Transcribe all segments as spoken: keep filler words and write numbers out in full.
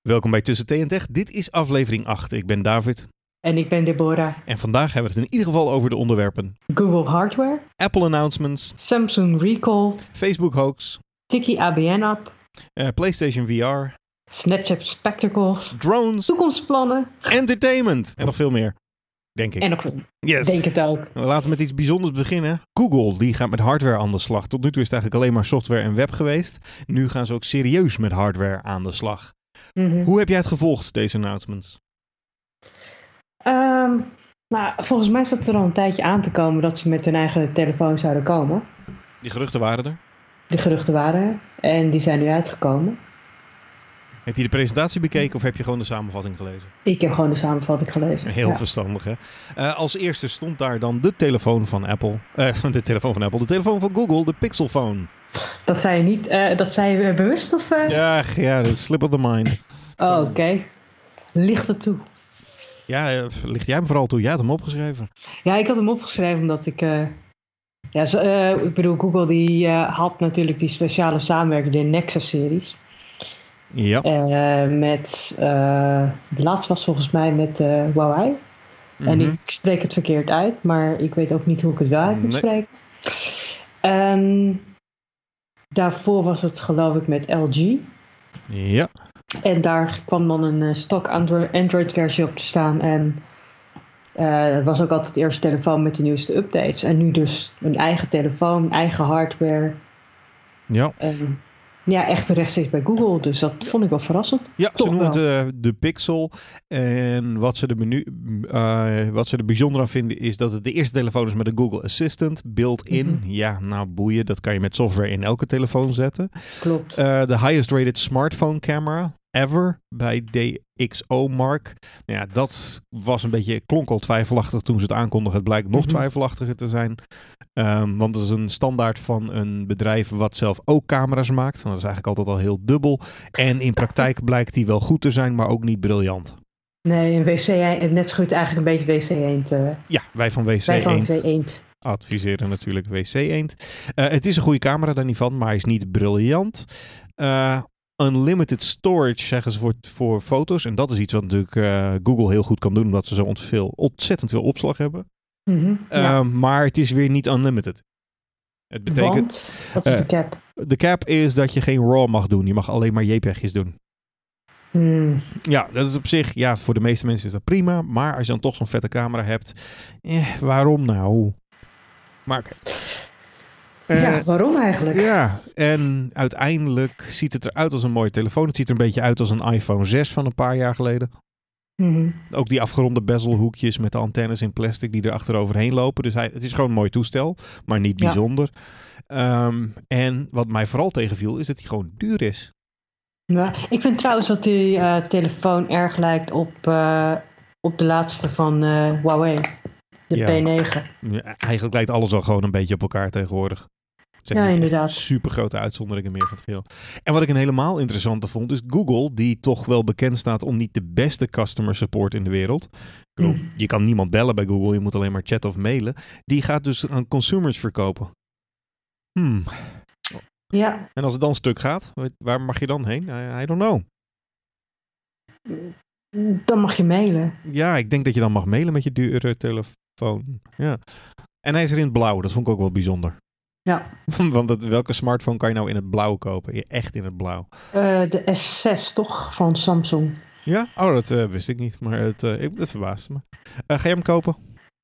Welkom bij Tussen Thee en Tech. Dit is aflevering acht. Ik ben David. En ik ben Deborah. En vandaag hebben we het in ieder geval over de onderwerpen: Google hardware, Apple announcements, Samsung recall, Facebook hoax, Tiki A B N app, uh, PlayStation V R, Snapchat spectacles, drones, toekomstplannen. entertainment en nog veel meer. Denk ik. En nog Yes. denk het ook. We laten met iets bijzonders beginnen. Google die gaat met hardware aan de slag. Tot nu toe is het eigenlijk alleen maar software en web geweest. Nu gaan ze ook serieus met hardware aan de slag. Mm-hmm. Hoe heb jij het gevolgd, deze announcements? Um, nou, volgens mij zat er al een tijdje aan te komen dat ze met hun eigen telefoon zouden komen. Die geruchten waren er. De geruchten waren er. En die zijn nu uitgekomen. Heb je de presentatie bekeken of heb je gewoon de samenvatting gelezen? Ik heb gewoon de samenvatting gelezen. Heel ja. verstandig, hè? Uh, als eerste stond daar dan de telefoon van Apple. Uh, de telefoon van Apple. De telefoon van Google, de Pixel Phone. Dat zei je niet, uh, dat zei je bewust of? Uh? Ja, ja, dat is slip of the mind. Oh, oké. Okay. Licht het toe. Ja, uh, licht jij hem vooral toe? Jij had hem opgeschreven. Ja, ik had hem opgeschreven omdat ik... Uh, ja, zo, uh, ik bedoel, Google die uh, had natuurlijk die speciale samenwerking, de Nexus-series. Ja. Uh, met, uh, de laatste was volgens mij met uh, Huawei. Mm-hmm. En ik spreek het verkeerd uit, maar ik weet ook niet hoe ik het wel uit moet nee. spreken. Um, daarvoor was het geloof ik met L G. Ja. En daar kwam dan een uh, stock Android, Android versie op te staan. En uh, het was ook altijd de eerste telefoon met de nieuwste updates. En nu dus een eigen telefoon, eigen hardware. Ja. En, ja, echt rechtstreeks bij Google. Dus dat vond ik wel verrassend. Ja, Toch ze noemen wel. het uh, de Pixel. En wat ze, er menu, uh, wat ze er bijzonder aan vinden is dat het de eerste telefoon is met een Google Assistant built-in. Mm-hmm. Ja, nou boeien. Dat kan je met software in elke telefoon zetten. Klopt. Uh, de highest rated smartphone camera ever bij D X O Mark. Ja, dat was een beetje, klonk al twijfelachtig toen ze het aankondigen. Het blijkt nog mm-hmm. twijfelachtiger te zijn. Um, want het is een standaard van een bedrijf wat zelf ook camera's maakt. Dat is eigenlijk altijd al heel dubbel. En in praktijk blijkt die wel goed te zijn, maar ook niet briljant. Nee, een W C eend, net zo goed eigenlijk een beetje W C eend. Uh, ja, wij van W C wij van eend. W C eend. Adviseren natuurlijk W C eend. Uh, het is een goede camera daar niet van, maar hij is niet briljant. Uh, Unlimited storage zeggen ze voor, voor foto's. En dat is iets wat natuurlijk uh, Google heel goed kan doen, omdat ze zo ont- veel, ontzettend veel opslag hebben. Mm-hmm, ja. uh, maar het is weer niet unlimited. Het betekent, Want, wat is uh, de cap? De cap is dat je geen RAW mag doen. Je mag alleen maar J P G's doen. Mm. Ja, dat is op zich, ja, voor de meeste mensen is dat prima. Maar als je dan toch zo'n vette camera hebt, eh, waarom nou? Maar oké. Okay. Uh, ja, waarom eigenlijk? Ja, en uiteindelijk ziet het eruit als een mooie telefoon. Het ziet er een beetje uit als een iPhone zes van een paar jaar geleden. Mm-hmm. Ook die afgeronde bezelhoekjes met de antennes in plastic die er achteroverheen lopen. Dus hij, het is gewoon een mooi toestel, maar niet bijzonder. Ja. Um, en wat mij vooral tegenviel is dat hij gewoon duur is. Ja, ik vind trouwens dat die uh, telefoon erg lijkt op, uh, op de laatste van uh, Huawei. De ja. P negen. Ja, eigenlijk lijkt alles al gewoon een beetje op elkaar tegenwoordig. Ja, inderdaad. Super grote uitzonderingen meer van het geheel. En wat ik een helemaal interessante vond is Google, die toch wel bekend staat om niet de beste customer support in de wereld. Bedoel, mm. Je kan niemand bellen bij Google, je moet alleen maar chatten of mailen. Die gaat dus aan consumers verkopen. Hmm. Ja. En als het dan stuk gaat, waar mag je dan heen? I, I don't know. Dan mag je mailen. Ja, ik denk dat je dan mag mailen met je dure telefoon. Ja. En hij is er in het blauw, dat vond ik ook wel bijzonder. Ja. Want het, welke smartphone kan je nou in het blauw kopen? Echt in het blauw. Uh, de S zes toch? Van Samsung. Ja? Oh, dat uh, wist ik niet. Maar het, uh, het verbaasde me. Uh, ga je hem kopen?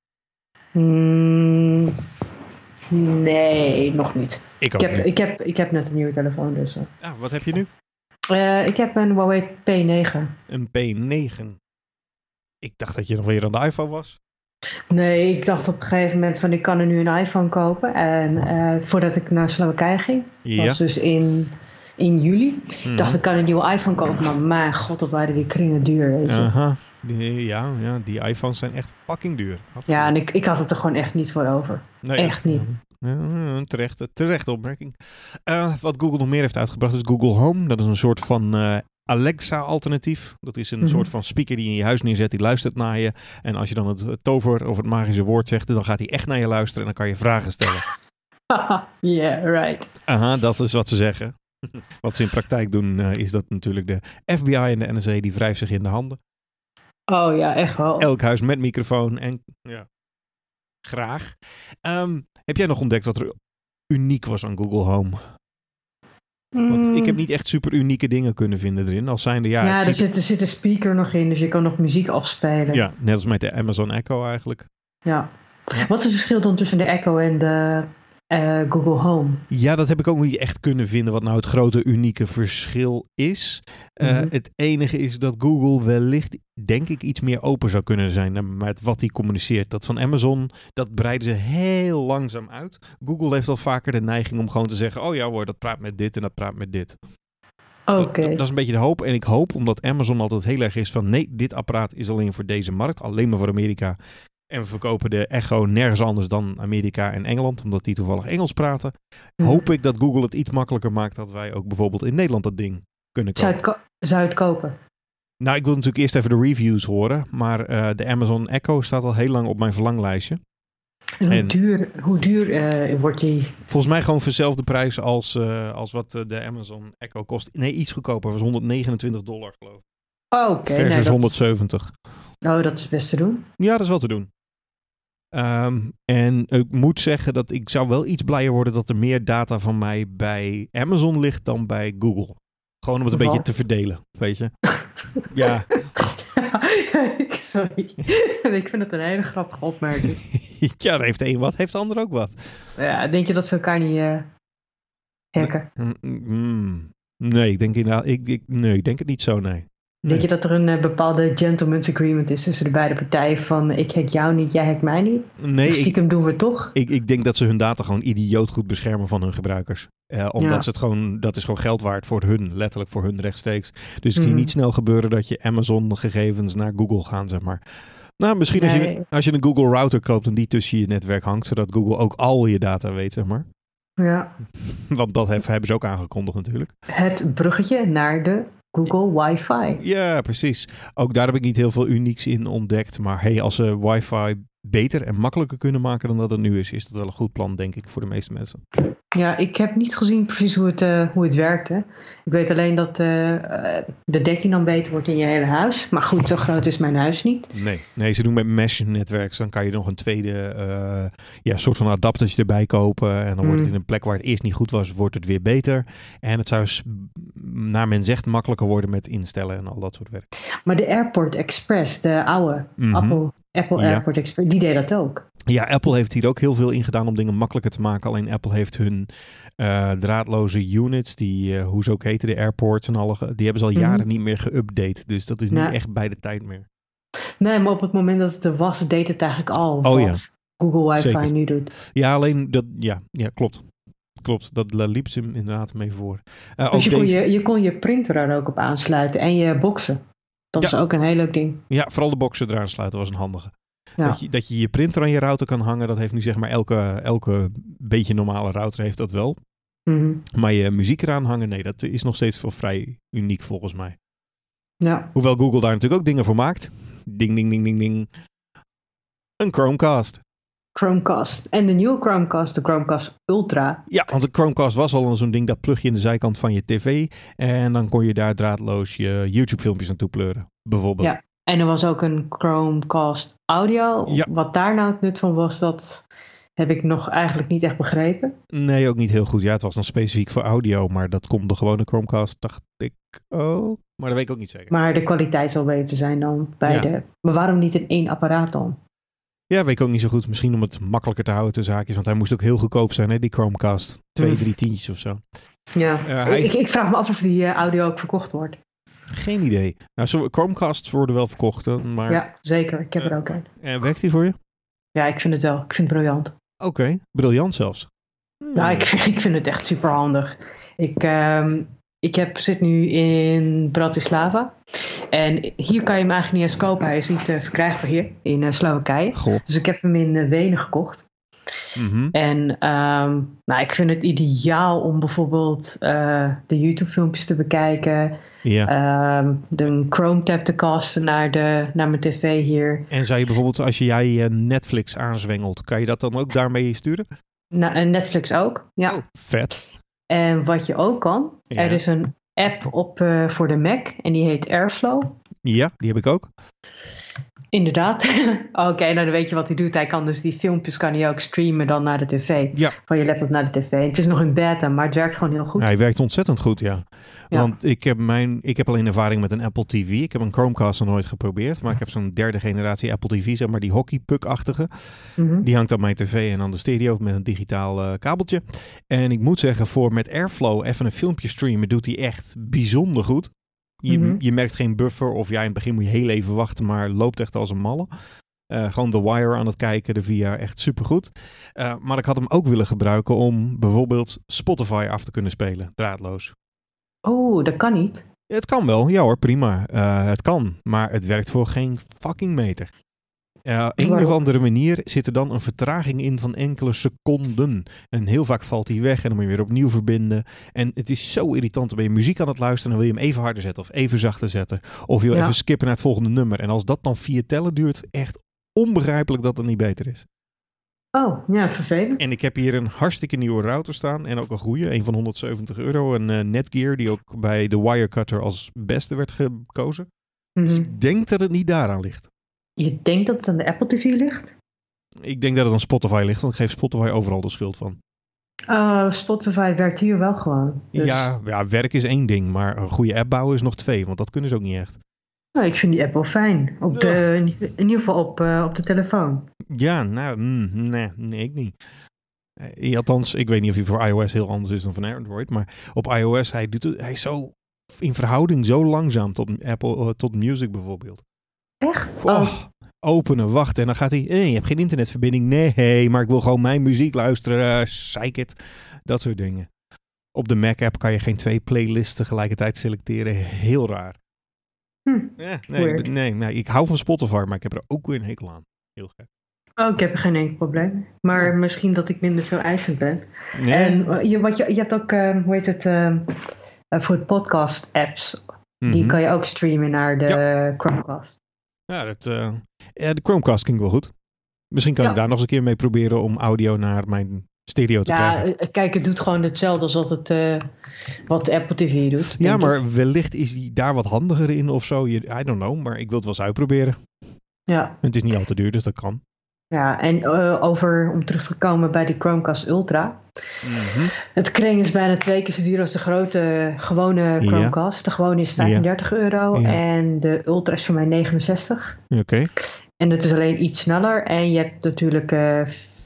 Mm, nee, nog niet. Ik ook ik heb, niet. Ik heb, ik heb net een nieuwe telefoon. Dus, uh. Ja, wat heb je nu? Uh, ik heb een Huawei P negen. Een P negen? Ik dacht dat je nog weer aan de iPhone was. Nee, ik dacht op een gegeven moment van ik kan er nu een iPhone kopen. En uh, voordat ik naar Slowakije ging, ja. was dus in, in juli, mm-hmm. dacht ik kan een nieuwe iPhone kopen. Maar mijn god, dat waren die kringen duur. Weet je. Aha. Die, ja, ja, die iPhones zijn echt fucking duur. Absoluut. Ja, en ik, ik had het er gewoon echt niet voor over. Nee, echt niet. Ja, terecht, terechte opmerking. Uh, wat Google nog meer heeft uitgebracht is Google Home. Dat is een soort van uh, Alexa-alternatief. Dat is een mm-hmm. soort van speaker die je in je huis neerzet. Die luistert naar je. En als je dan het tover of het magische woord zegt, dan gaat hij echt naar je luisteren en dan kan je vragen stellen. Yeah, right. Aha, dat is wat ze zeggen. Wat ze in praktijk doen uh, is dat natuurlijk de F B I en de N S A die wrijft zich in de handen. Oh ja, echt wel. Elk huis met microfoon en ja, graag. Um, heb jij nog ontdekt wat er uniek was aan Google Home? Want ik heb niet echt super unieke dingen kunnen vinden erin. Als zijnde, ja, ja er, zit, er zit een speaker nog in, dus je kan nog muziek afspelen. Ja, net als met de Amazon Echo eigenlijk. Ja. ja. Wat is het verschil dan tussen de Echo en de uh, Google Home? Ja, dat heb ik ook niet echt kunnen vinden wat nou het grote unieke verschil is. Uh, mm-hmm. Het enige is dat Google wellicht, denk ik, iets meer open zou kunnen zijn met wat hij communiceert. Dat van Amazon, dat breiden ze heel langzaam uit. Google heeft al vaker de neiging om gewoon te zeggen, oh ja hoor, dat praat met dit en dat praat met dit. Oké. Okay. Dat, dat is een beetje de hoop. En ik hoop, omdat Amazon altijd heel erg is van, nee, dit apparaat is alleen voor deze markt, alleen maar voor Amerika. En we verkopen de Echo nergens anders dan Amerika en Engeland, omdat die toevallig Engels praten. Mm. Hoop ik dat Google het iets makkelijker maakt dat wij ook bijvoorbeeld in Nederland dat ding kunnen kopen. Zou je het, ko- zou je het kopen? Nou, ik wil natuurlijk eerst even de reviews horen, maar uh, de Amazon Echo staat al heel lang op mijn verlanglijstje. En hoe en duur, hoe duur uh, wordt die? Volgens mij gewoon voor dezelfde prijs als, uh, als wat uh, de Amazon Echo kost. Nee, iets goedkoper. Dat was honderdnegenentwintig dollar geloof ik. Oh, oké. Okay. Versus nee, dat honderdzeventig. Is... Oh, dat is best te doen. Ja, dat is wel te doen. Um, en ik moet zeggen dat ik zou wel iets blijer worden dat er meer data van mij bij Amazon ligt dan bij Google. Gewoon om het een wat? beetje te verdelen, weet je. Ja. Sorry. Ik vind het een hele grappige opmerking. Ja, er heeft de een wat, heeft de ander ook wat. Ja, denk je dat ze elkaar niet uh, hacken? Mm, nee, ik denk inderdaad, ik, ik, nee, ik denk het niet zo, nee. Nee. Denk je dat er een uh, bepaalde gentleman's agreement is tussen de beide partijen van ik hack jou niet, jij hack mij niet? Nee, stiekem ik, doen we het toch? Ik, ik denk dat ze hun data gewoon idioot goed beschermen van hun gebruikers. Uh, omdat ja. ze het gewoon, dat is gewoon geld waard voor hun, letterlijk voor hun rechtstreeks. Dus ik mm. zie niet snel gebeuren dat je Amazon gegevens naar Google gaan, zeg maar. Nou, misschien nee. als, je, als je een Google router koopt en die tussen je netwerk hangt, zodat Google ook al je data weet, zeg maar. Ja. Want dat heb, hebben ze ook aangekondigd natuurlijk. Het bruggetje naar de Google Wi-Fi. Ja, precies. Ook daar heb ik niet heel veel unieks in ontdekt. Maar hey, als ze Wi-Fi beter en makkelijker kunnen maken dan dat het nu is, is dat wel een goed plan, denk ik, voor de meeste mensen. Ja, ik heb niet gezien precies hoe het, uh, hoe het werkte. Ik weet alleen dat uh, de dekking dan beter wordt in je hele huis. Maar goed, zo groot is mijn huis niet. Nee, nee ze doen met mesh-netwerks. Dan kan je nog een tweede uh, ja, soort van adaptertje erbij kopen. En dan wordt mm. het in een plek waar het eerst niet goed was, wordt het weer beter. En het zou, naar men zegt, makkelijker worden met instellen en al dat soort werk. Maar de AirPort Express, de oude mm-hmm. Apple... Apple ja. AirPort Express, die deed dat ook. Ja, Apple heeft hier ook heel veel in gedaan om dingen makkelijker te maken. Alleen Apple heeft hun uh, draadloze units, die, uh, hoe ze ook heten, de AirPorts en alle, die hebben ze al jaren mm-hmm. niet meer geüpdate. Dus dat is niet nee. echt bij de tijd meer. Nee, maar op het moment dat het er was, deed het eigenlijk al oh, wat ja. Google Wi-Fi Zeker. nu doet. Ja, alleen dat, ja, ja klopt. Klopt, dat liep ze hem inderdaad mee voor. Uh, dus je, deze... kon je, je kon je printer er ook op aansluiten en je boxen. Dat ja. is ook een heel leuk ding. Ja, vooral de boxen eraan sluiten was een handige. Ja. Dat, je, dat je je printer aan je router kan hangen, dat heeft nu zeg maar elke, elke beetje normale router heeft dat wel. Mm-hmm. Maar je muziek eraan hangen, nee, dat is nog steeds wel vrij uniek volgens mij. Ja. Hoewel Google daar natuurlijk ook dingen voor maakt. Ding, ding, ding, ding, ding. Een Chromecast. Chromecast. En de nieuwe Chromecast, de Chromecast Ultra. Ja, want de Chromecast was al zo'n ding, dat plug je in de zijkant van je tv. En dan kon je daar draadloos je YouTube filmpjes naartoe pleuren, bijvoorbeeld. Ja, en er was ook een Chromecast Audio. Ja. Wat daar nou het nut van was, dat heb ik nog eigenlijk niet echt begrepen. Nee, ook niet heel goed. Ja, het was dan specifiek voor audio, maar dat komt de gewone Chromecast, dacht ik ook. Maar dat weet ik ook niet zeker. Maar de kwaliteit zal beter zijn dan bij ja. de... Maar waarom niet in één apparaat dan? Ja, weet ik ook niet zo goed. Misschien om het makkelijker te houden tussen haakjes. Want hij moest ook heel goedkoop zijn, hè, die Chromecast. Twee, drie tientjes of zo. Ja, uh, hij... ik, ik vraag me af of die uh, audio ook verkocht wordt. Geen idee. Nou, zo, Chromecasts worden wel verkocht, maar... Ja, zeker. Ik heb uh, er ook een. En werkt die voor je? Ja, ik vind het wel. Ik vind het briljant. Oké, okay, briljant zelfs. Hmm. Nou, ik, ik vind het echt super handig. Ik... Um, Ik heb, zit nu in Bratislava. En hier kan je hem eigenlijk niet eens kopen. Hij is niet uh, verkrijgbaar hier in uh, Slowakije. God. Dus ik heb hem in uh, Wenen gekocht. Mm-hmm. En um, nou, ik vind het ideaal om bijvoorbeeld uh, de YouTube filmpjes te bekijken. Ja. Um, de Chrome tab te casten naar, de, naar mijn tv hier. En zou je bijvoorbeeld, als je jij uh, Netflix aanzwengelt, kan je dat dan ook daarmee sturen? Nou, en Netflix ook, ja. Oh, vet. En wat je ook kan, Ja. er is een app op, uh, voor de Mac en die heet Airflow. Ja, die heb ik ook. Inderdaad. Oké, okay, nou dan weet je wat hij doet. Hij kan dus die filmpjes kan hij ook streamen dan naar de tv. Ja. Van je laptop naar de tv. Het is nog in beta, maar het werkt gewoon heel goed. Ja, hij werkt ontzettend goed, ja. ja. Want ik heb, mijn, ik heb alleen ervaring met een Apple T V. Ik heb een Chromecast nog nooit geprobeerd. Maar ik heb zo'n derde generatie Apple T V, zeg maar die hockeypuck-achtige. Mm-hmm. Die hangt op mijn tv en dan de stereo met een digitaal uh, kabeltje. En ik moet zeggen, voor met Airflow even een filmpje streamen doet hij echt bijzonder goed. Je, mm-hmm. je merkt geen buffer of ja, in het begin moet je heel even wachten, maar loopt echt als een malle. Uh, gewoon The Wire aan het kijken, de V R, echt supergoed. Uh, maar ik had hem ook willen gebruiken om bijvoorbeeld Spotify af te kunnen spelen, draadloos. Oh, dat kan niet. Het kan wel, ja hoor, prima. Uh, het kan, maar het werkt voor geen fucking meter. Uh, op een of andere manier zit er dan een vertraging in van enkele seconden. En heel vaak valt hij weg en dan moet je weer opnieuw verbinden. En het is zo irritant. Dan ben je muziek aan het luisteren en dan wil je hem even harder zetten of even zachter zetten. Of je wil ja. even skippen naar het volgende nummer. En als dat dan vier tellen duurt, echt onbegrijpelijk dat het niet beter is. Oh, ja, vervelend. En ik heb hier een hartstikke nieuwe router staan. En ook een goede, een van honderdzeventig euro. Een uh, Netgear die ook bij de Wirecutter als beste werd gekozen. Mm-hmm. Dus ik denk dat het niet daaraan ligt. Je denkt dat het aan de Apple T V ligt? Ik denk dat het aan Spotify ligt, want ik geef Spotify overal de schuld van. Uh, Spotify werkt hier wel gewoon. Dus... Ja, ja, werk is één ding, maar een goede app bouwen is nog twee, want dat kunnen ze ook niet echt. Nou, ik vind die app wel fijn. Op de, ja. In ieder geval op, uh, op de telefoon. Ja, nou, mm, nee, nee, ik niet. Uh, althans, ik weet niet of hij voor iOS heel anders is dan van Android, maar op iOS, hij, doet het, hij is zo in verhouding zo langzaam tot Apple, uh, tot Music bijvoorbeeld. Echt? Oh, oh. Openen, wachten en dan gaat hij, hey, je hebt geen internetverbinding. Nee, maar ik wil gewoon mijn muziek luisteren. Uh, Zeik het. Dat soort dingen. Op de Mac-app kan je geen twee playlists tegelijkertijd selecteren. Heel raar. Hm, ja, nee, ik, nee, nee, ik hou van Spotify, maar ik heb er ook weer een hekel aan. Heel gek. Oh, ik heb er geen enkel probleem. Maar ja. Misschien dat ik minder veel eisend ben. Nee. En je, wat je, je hebt ook, uh, hoe heet het, uh, uh, voor het podcast-apps. Mm-hmm. Die kan je ook streamen naar de ja. Chromecast. Ja, dat, uh, ja, de Chromecast klinkt wel goed. Misschien kan ja. ik daar nog eens een keer mee proberen om audio naar mijn stereo te ja, krijgen. Ja, kijk, het doet gewoon hetzelfde als wat, het, uh, wat de Apple T V doet. Ja, maar ik. wellicht is die daar wat handiger in of zo. I don't know, maar ik wil het wel eens uitproberen. Ja. Het is niet al te duur, dus dat kan. Ja, en uh, over, om terug te komen bij die Chromecast Ultra. Mm-hmm. Het kring is bijna twee keer zo duur als de grote gewone Chromecast. Ja. De gewone is vijfendertig ja. euro ja. en de Ultra is voor mij negenenzestig. Oké. Okay. En het is alleen iets sneller en je hebt natuurlijk uh,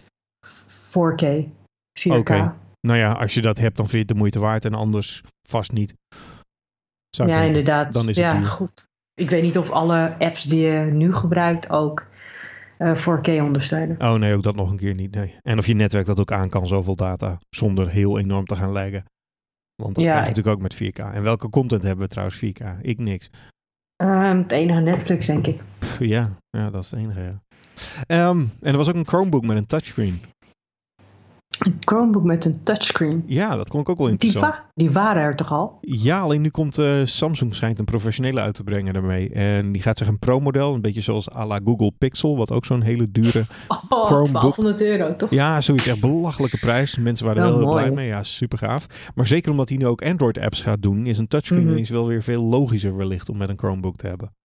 vier K, vier K. Oké, okay. Nou ja, als je dat hebt dan vind je het de moeite waard en anders vast niet. Zou ja, denken. Inderdaad. Dan is het ja, duur. Goed. Ik weet niet of alle apps die je nu gebruikt ook uh, vier K ondersteunen. Oh nee, ook dat nog een keer niet. Nee. En of je netwerk dat ook aan kan, zoveel data, zonder heel enorm te gaan laggen. Want dat ja, krijg je natuurlijk ook met vier K. En welke content hebben we trouwens vier K? Ik niks. Um, het enige Netflix, denk ik. Pff, ja, ja, dat is het enige, ja. Um, en er was ook een Chromebook met een touchscreen. Een Chromebook met een touchscreen? Ja, dat klonk ook wel interessant. Die, wa- die waren er toch al? Ja, alleen nu komt uh, Samsung schijnt een professionele uit te brengen daarmee. En die gaat zich een pro-model, een beetje zoals à la Google Pixel, wat ook zo'n hele dure oh, Chromebook. twaalfhonderd euro, toch? Ja, zoiets echt belachelijke prijs. Mensen waren er oh, wel heel mooi. blij mee. Ja, super gaaf. Maar zeker omdat hij nu ook Android-apps gaat doen, is een touchscreen mm-hmm. ineens wel weer veel logischer wellicht om met een Chromebook te hebben.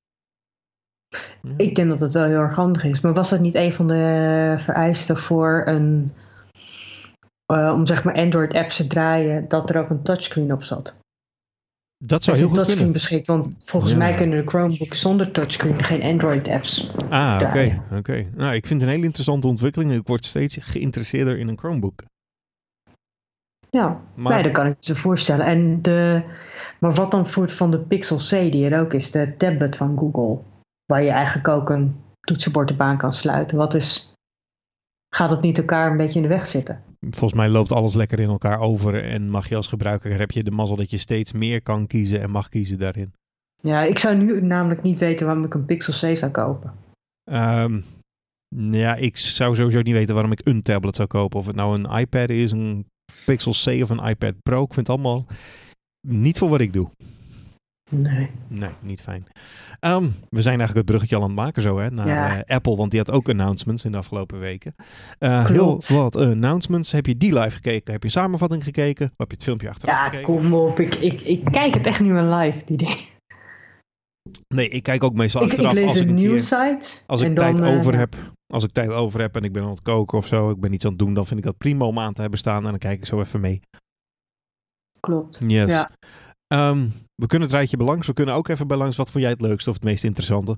Ja. Ik denk dat het wel heel erg handig is. Maar was dat niet een van de vereisten voor een... Uh, om zeg maar Android-apps te draaien, dat er ook een touchscreen op zat? Dat zou heel goed kunnen. Beschikt, want volgens ja. mij kunnen de Chromebooks zonder touchscreen geen Android-apps Ah, oké. Okay, okay. Nou, ik vind het een hele interessante ontwikkeling. Ik word steeds geïnteresseerder in een Chromebook. Ja, maar... nee, dat kan ik me voorstellen. En de... Maar wat dan voor van de Pixel C, die er ook is, de tablet van Google, waar je eigenlijk ook een toetsenbord op aan kan sluiten. Wat is... Gaat het niet elkaar een beetje in de weg zitten? Volgens mij loopt alles lekker in elkaar over en mag je als gebruiker, heb je de mazzel dat je steeds meer kan kiezen en mag kiezen daarin. Ja, ik zou nu namelijk niet weten waarom ik een Pixel C zou kopen. Um, ja, ik zou sowieso niet weten waarom ik een tablet zou kopen. Of het nou een iPad is, een Pixel C of een iPad Pro. Ik vind het allemaal niet voor wat ik doe. Nee. Nee, niet fijn. Um, we zijn eigenlijk het bruggetje al aan het maken zo, hè, naar Ja. uh, Apple, want die had ook announcements in de afgelopen weken. Uh, heel wat announcements. Heb je die live gekeken? Heb je samenvatting gekeken? Of heb je het filmpje achteraf ja, gekeken? kom op. Ik, ik, ik kijk het echt niet meer live, die dingen. Nee, ik kijk ook meestal Ik, achteraf ik lees als ik de een keer, nieuwsites. als ik en tijd dan, over uh, heb. Als ik tijd over heb en ik ben aan het koken of zo, ik ben iets aan het doen, dan vind ik dat prima om aan te hebben staan en dan kijk ik zo even mee. Klopt. Yes. Ja. Um, we kunnen het rijtje belangs. We kunnen ook even bij langs. Wat vond jij het leukste of het meest interessante?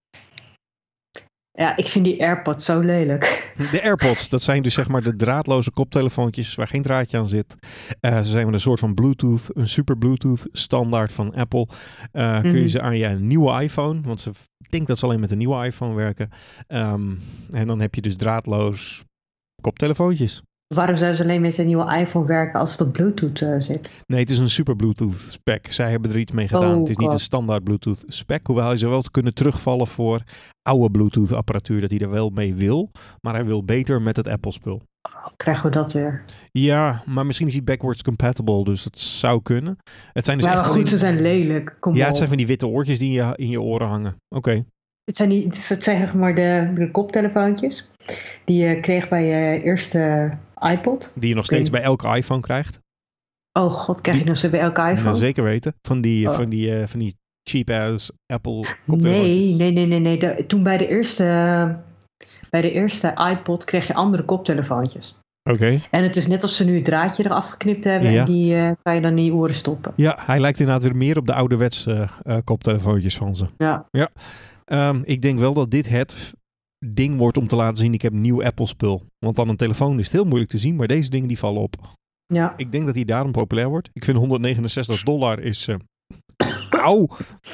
Ja, ik vind die AirPods zo lelijk. De AirPods, dat zijn dus zeg maar de draadloze koptelefoontjes waar geen draadje aan zit. Uh, ze zijn met een soort van Bluetooth, een super Bluetooth standaard van Apple. Uh, mm-hmm. Kun je ze aan je nieuwe iPhone, want ze, ik denk dat ze alleen met een nieuwe iPhone werken. Um, en dan heb je dus draadloos koptelefoontjes. Waarom zouden ze alleen met een nieuwe iPhone werken als het op Bluetooth uh, zit? Nee, het is een super Bluetooth spec. Zij hebben er iets mee gedaan. Oh, het is God. niet een standaard Bluetooth spec. Hoewel hij zou wel kunnen terugvallen voor oude Bluetooth apparatuur. Dat hij er wel mee wil. Maar hij wil beter met het Apple spul. Oh, krijgen we dat weer? Ja, maar misschien is hij backwards compatible. Dus het zou kunnen. Het zijn dus maar echt goed, alleen... ze zijn lelijk. Kom ja, op. het zijn van die witte oortjes die in je, in je oren hangen. Oké. Okay. Het zijn, die, het zijn zeg maar de, de koptelefoontjes die je kreeg bij je eerste iPod. Die je nog steeds bij elke iPhone krijgt. Oh god, krijg je nog steeds bij elke iPhone? Nou, zeker weten. Van die, oh. van die, uh, van die cheap-ass Apple koptelefoontjes. Nee, nee, nee, nee. nee. De, toen bij de eerste, bij de eerste iPod kreeg je andere koptelefoontjes. Oké. Okay. En het is net als ze nu het draadje eraf geknipt hebben ja. en die uh, kan je dan in je oren stoppen. Ja, hij lijkt inderdaad weer meer op de ouderwetse uh, koptelefoontjes van ze. Ja. Ja. Um, ik denk wel dat dit het ding wordt om te laten zien, ik heb nieuw Apple spul. Want aan een telefoon is het heel moeilijk te zien, maar deze dingen die vallen op. Ja. Ik denk dat hij daarom populair wordt. Ik vind honderdnegenenzestig dollar is... Uh, auw!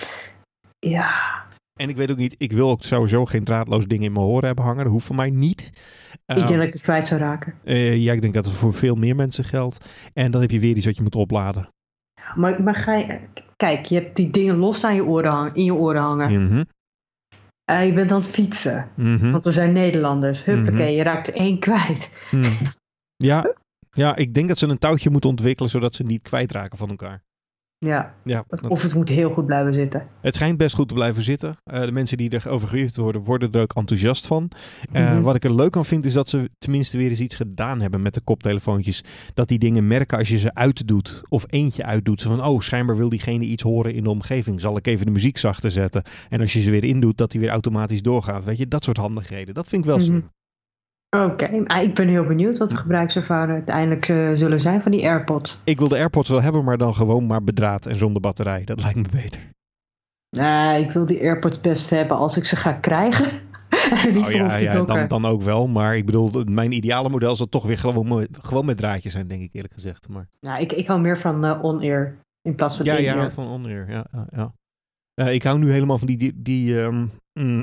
Ja. En ik weet ook niet, ik wil ook sowieso geen draadloos ding in mijn oren hebben hangen. Dat hoeft voor mij niet. Uh, ik denk dat ik het kwijt zou raken. Uh, ja, ik denk dat het voor veel meer mensen geldt. En dan heb je weer iets wat je moet opladen. Maar, maar ga je... Kijk, je hebt die dingen los aan je oren hangen, in je oren hangen. Mm-hmm. Uh, je bent aan het fietsen. Mm-hmm. Want we zijn Nederlanders. Huppakee, mm-hmm. je raakt er één kwijt. Mm. Ja, ja, ik denk dat ze een touwtje moeten ontwikkelen zodat ze niet kwijtraken van elkaar. Ja, ja of dat... het moet heel goed blijven zitten. Het schijnt best goed te blijven zitten. Uh, de mensen die erover geïnterviewd worden, worden er ook enthousiast van. Uh, mm-hmm. Wat ik er leuk aan vind, is dat ze tenminste weer eens iets gedaan hebben met de koptelefoontjes. Dat die dingen merken als je ze uitdoet of eentje uitdoet. Zo van, oh, schijnbaar wil diegene iets horen in de omgeving. Zal ik even de muziek zachter zetten? En als je ze weer indoet, dat die weer automatisch doorgaat. Weet je, dat soort handigheden. Dat vind ik wel mm-hmm. slim. Oké, okay. Ik ben heel benieuwd wat de gebruikservaringen uiteindelijk uh, zullen zijn van die AirPods. Ik wil de AirPods wel hebben, maar dan gewoon maar bedraad en zonder batterij. Dat lijkt me beter. Nee, uh, ik wil die AirPods best hebben als ik ze ga krijgen. oh ja, ja dan, dan ook wel. Maar ik bedoel, mijn ideale model zal toch weer gewoon, gewoon met draadjes zijn, denk ik eerlijk gezegd. Maar... Nou, ik, ik hou meer van uh, on-ear in plaats van ja, in-ear. Ja, van on-ear. Ja, ja, ja. Uh, ik hou nu helemaal van die, die, die um,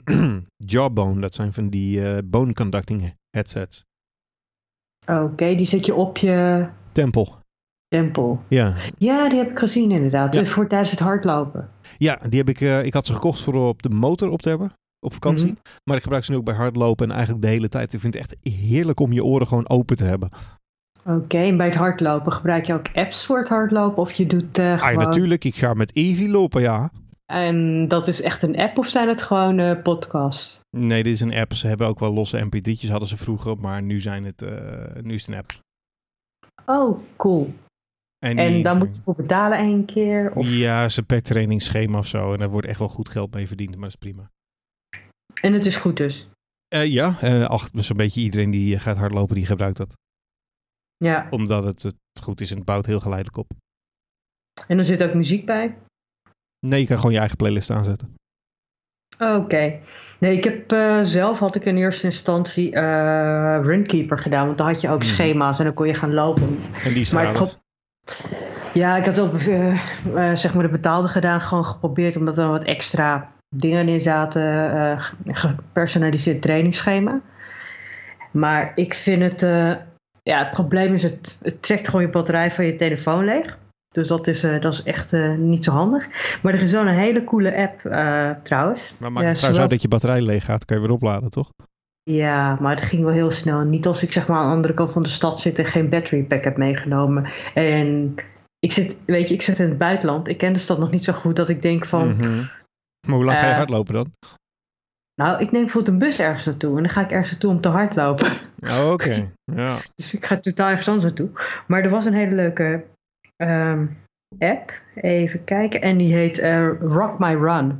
Jawbone. Dat zijn van die uh, bone conducting headsets. Oké, okay, die zet je op je... Tempel. Tempel. Ja. Ja, die heb ik gezien inderdaad. Ja. Voor tijdens het hardlopen. Ja, die heb ik... Uh, ik had ze gekocht voor op de motor op te hebben. Op vakantie. Mm-hmm. Maar ik gebruik ze nu ook bij hardlopen. En eigenlijk de hele tijd. Ik vind het echt heerlijk om je oren gewoon open te hebben. Oké, okay, en bij het hardlopen gebruik je ook apps voor het hardlopen? Of je doet uh, gewoon... Ah, natuurlijk. Ik ga met Evi lopen, ja. En dat is echt een app of zijn het gewoon uh, podcasts? Nee, dit is een app. Ze hebben ook wel losse M P drie'tjes hadden ze vroeger, maar nu, zijn het, uh, nu is het een app. Oh, cool. En, die, en daar moet je voor betalen één keer? Of? Ja, het is een per trainingsschema of zo. En daar wordt echt wel goed geld mee verdiend, maar dat is prima. En het is goed dus? Uh, ja, uh, ach, zo'n beetje iedereen die gaat hardlopen, die gebruikt dat. Ja. Omdat het, het goed is en het bouwt heel geleidelijk op. En er zit ook muziek bij? Nee, je kan gewoon je eigen playlist aanzetten. Oké. Okay. Nee, ik heb uh, zelf had ik in eerste instantie uh, Runkeeper gedaan. Want dan had je ook mm. schema's en dan kon je gaan lopen. En die is maar ik pro- Ja, ik had ook uh, uh, zeg maar de betaalde gedaan. Gewoon geprobeerd omdat er wat extra dingen in zaten. Uh, gepersonaliseerd trainingsschema. Maar ik vind het... Uh, ja, het probleem is het, het trekt gewoon je batterij van je telefoon leeg. Dus dat is, uh, dat is echt uh, niet zo handig. Maar er is wel een hele coole app uh, trouwens. Maar maakt het ja, trouwens uit dat je batterij leeg gaat, kan je weer opladen, toch? Ja, maar het ging wel heel snel. Niet als ik zeg maar aan de andere kant van de stad zit en geen battery pack heb meegenomen. En ik zit, weet je, ik zit in het buitenland. Ik ken de stad nog niet zo goed dat ik denk van... Mm-hmm. Maar hoe lang uh, ga je hardlopen dan? Nou, ik neem bijvoorbeeld een bus ergens naartoe. En dan ga ik ergens naartoe om te hardlopen. Oh, oké. Okay. Ja. Dus ik ga totaal ergens anders naartoe. Maar er was een hele leuke um, app. Even kijken. En die heet uh, Rock My Run.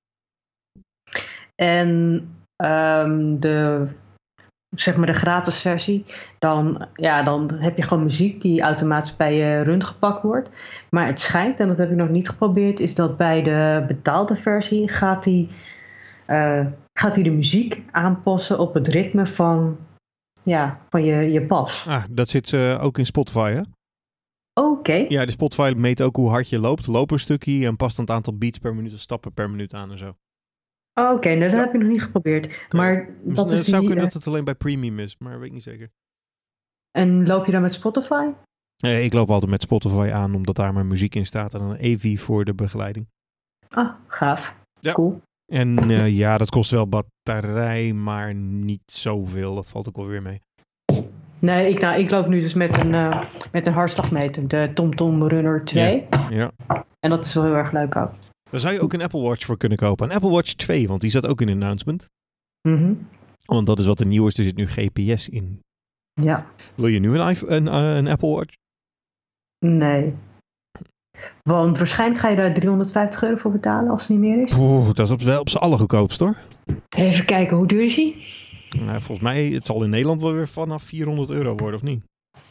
En um, de... zeg maar de gratis versie, dan, ja, dan heb je gewoon muziek die automatisch bij je run gepakt wordt. Maar het schijnt, en dat heb ik nog niet geprobeerd, is dat bij de betaalde versie gaat hij uh, gaat hij de muziek aanpassen op het ritme van, ja, van je, je pas. Ah, dat zit uh, ook in Spotify, hè? Oké. Okay. Ja, de Spotify meet ook hoe hard je loopt, loopenstukje, en past dan het aantal beats per minuut of stappen per minuut aan en zo. Oh, Oké, okay. nou, dat ja. heb ik nog niet geprobeerd. Okay. Maar dus, dat het is zou die, kunnen uh... dat het alleen bij Premium is, maar weet ik niet zeker. En loop je dan met Spotify? Nee, ik loop altijd met Spotify aan, omdat daar mijn muziek in staat en een A V voor de begeleiding. Ah, gaaf. Ja. Cool. En uh, ja, dat kost wel batterij, maar niet zoveel. Dat valt ook wel weer mee. Nee, ik, nou, ik loop nu dus met een, uh, met een hartslagmeter, de TomTom Runner twee. Ja, ja. En dat is wel heel erg leuk ook. Daar zou je ook een Apple Watch voor kunnen kopen. Een Apple Watch twee, want die zat ook in een announcement. Mm-hmm. Want dat is wat de nieuw is, er zit nu G P S in. Ja. Wil je nu een, iPhone, een, uh, een Apple Watch? Nee. Want waarschijnlijk ga je daar driehonderdvijftig euro voor betalen als het niet meer is. Oeh, dat is op, wel op z'n allergoedkoopst hoor. Even kijken, hoe duur is die? Nou, volgens mij, het zal in Nederland wel weer vanaf vierhonderd euro worden, of niet?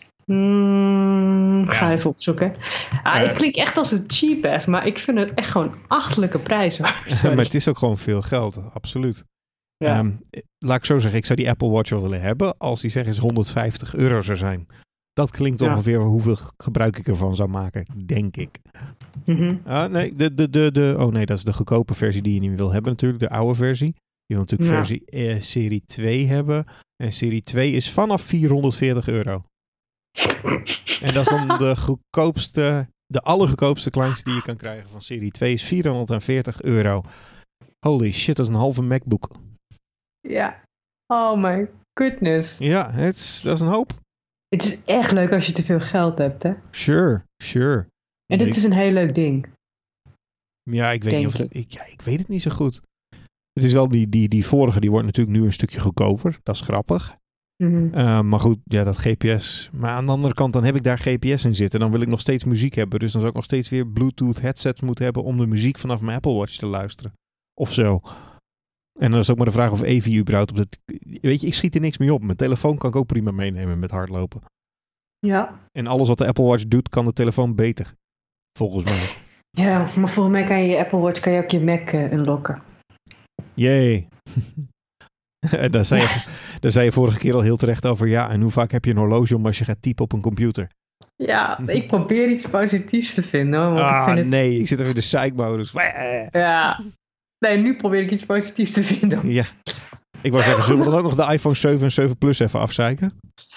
Mm, ga ja. even opzoeken. Ah, uh, ik klink echt als een cheap ass, maar ik vind het echt gewoon achterlijke prijzen. Maar het is ook gewoon veel geld, absoluut. Ja. Um, laat ik zo zeggen, ik zou die Apple Watch wel willen hebben als die zeg eens honderdvijftig euro zou zijn. Dat klinkt ja. ongeveer hoeveel gebruik ik ervan zou maken, denk ik. Mm-hmm. Uh, nee, de, de, de, de, oh nee, dat is de goedkope versie die je niet wil hebben natuurlijk, de oude versie. Je wil natuurlijk ja. versie eh, serie twee hebben. En serie twee is vanaf vierhonderdveertig euro. En dat is dan de goedkoopste, de allergoedkoopste kleinste die je kan krijgen van serie twee is vierhonderdveertig euro. Holy shit, dat is een halve MacBook. Ja. Oh my goodness. Ja, het is, dat is een hoop. Het is echt leuk als je te veel geld hebt, hè? Sure, sure. En dit ik, is een heel leuk ding. Ja, ik weet, niet of het, ik, ja, ik weet het niet zo goed. Het is wel die, die, die vorige, die wordt natuurlijk nu een stukje goedkoper. Dat is grappig. Mm-hmm. Uh, maar goed, ja, dat G P S. Maar aan de andere kant, dan heb ik daar G P S in zitten. Dan wil ik nog steeds muziek hebben. Dus dan zou ik nog steeds weer Bluetooth headsets moeten hebben om de muziek vanaf mijn Apple Watch te luisteren. Of zo. En dan is ook maar de vraag of Evi überhaupt op het... Weet je, ik schiet er niks mee op. Mijn telefoon kan ik ook prima meenemen met hardlopen. Ja. En alles wat de Apple Watch doet, kan de telefoon beter. Volgens mij. Ja, maar volgens mij kan je je Apple Watch kan je ook je Mac uh, unlocken. Jee. En daar zei, je, daar zei je vorige keer al heel terecht over. Ja, en hoe vaak heb je een horloge om als je gaat typen op een computer? Ja, ik probeer iets positiefs te vinden. Hoor, want ah, ik vind het... nee, ik zit even in de psych-modus. Ja, nee, nu probeer ik iets positiefs te vinden. Ja, ik wou zeggen, zullen we dan ook nog de iPhone zeven en zeven Plus even afzeiken?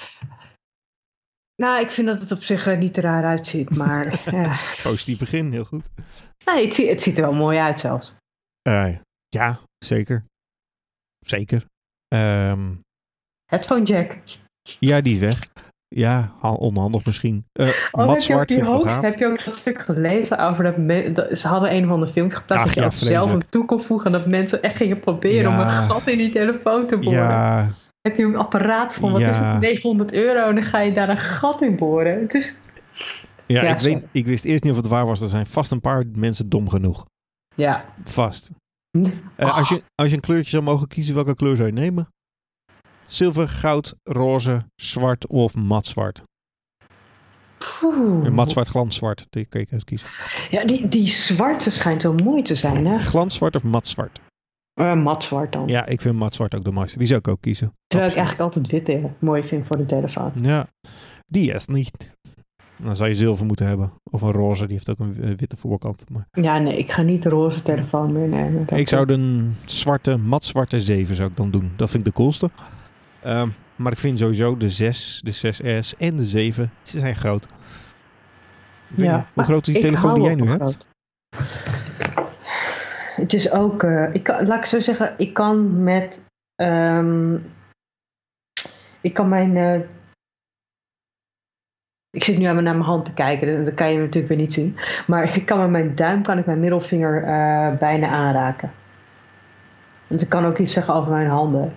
Nou, ik vind dat het op zich uh, niet er raar uitziet, maar... ja. Positief begin, heel goed. Nee, het, het ziet er wel mooi uit zelfs. Uh, ja, zeker. Zeker. Um, Headphone jack. Ja, die is weg. Ja, onhandig misschien. Uh, oh, Mat Zwart vind ik wel gaaf. Heb je ook dat stuk gelezen over dat, me- dat ze hadden een of ander filmpje geplaatst Ach, dat je ja, ook zelf een toe kon voegen en dat mensen echt gingen proberen ja. om een gat in die telefoon te boren. Ja. Heb je een apparaat van, wat ja. is het, negenhonderd euro en dan ga je daar een gat in boren. Het is... Ja, ja ik, weet, ik wist eerst niet of het waar was. Er zijn vast een paar mensen dom genoeg. Ja. Vast. Uh, oh. als, je, als je een kleurtje zou mogen kiezen, welke kleur zou je nemen? Zilver, goud, roze, zwart of matzwart? Matzwart, glanszwart. Die kun je uitkiezen. Ja, die, die zwarte schijnt zo mooi te zijn, hè? Glanszwart of matzwart? Uh, matzwart dan. Ja, ik vind matzwart ook de mooiste. Die zou ik ook kiezen. Terwijl Absoluut. ik eigenlijk altijd wit mooi vind voor de telefoon. Ja, die is niet. Dan zou je zilver moeten hebben. Of een roze, die heeft ook een witte voorkant. Maar... Ja, nee, ik ga niet de roze telefoon meer nemen. Ik zou de zwarte, matzwarte zeven zou ik dan doen. Dat vind ik de coolste. Um, maar ik vind sowieso de zes, de zes S en de zeven, ze zijn groot. Ja, hoe groot is die telefoon die jij nu hebt? Het is ook, uh, ik kan, laat ik zo zeggen, ik kan met, um, ik kan mijn, uh, Ik zit nu aan naar mijn hand te kijken, dat kan je natuurlijk weer niet zien. Maar ik kan met mijn duim kan ik mijn middelvinger uh, bijna aanraken. Want ik kan ook iets zeggen over mijn handen.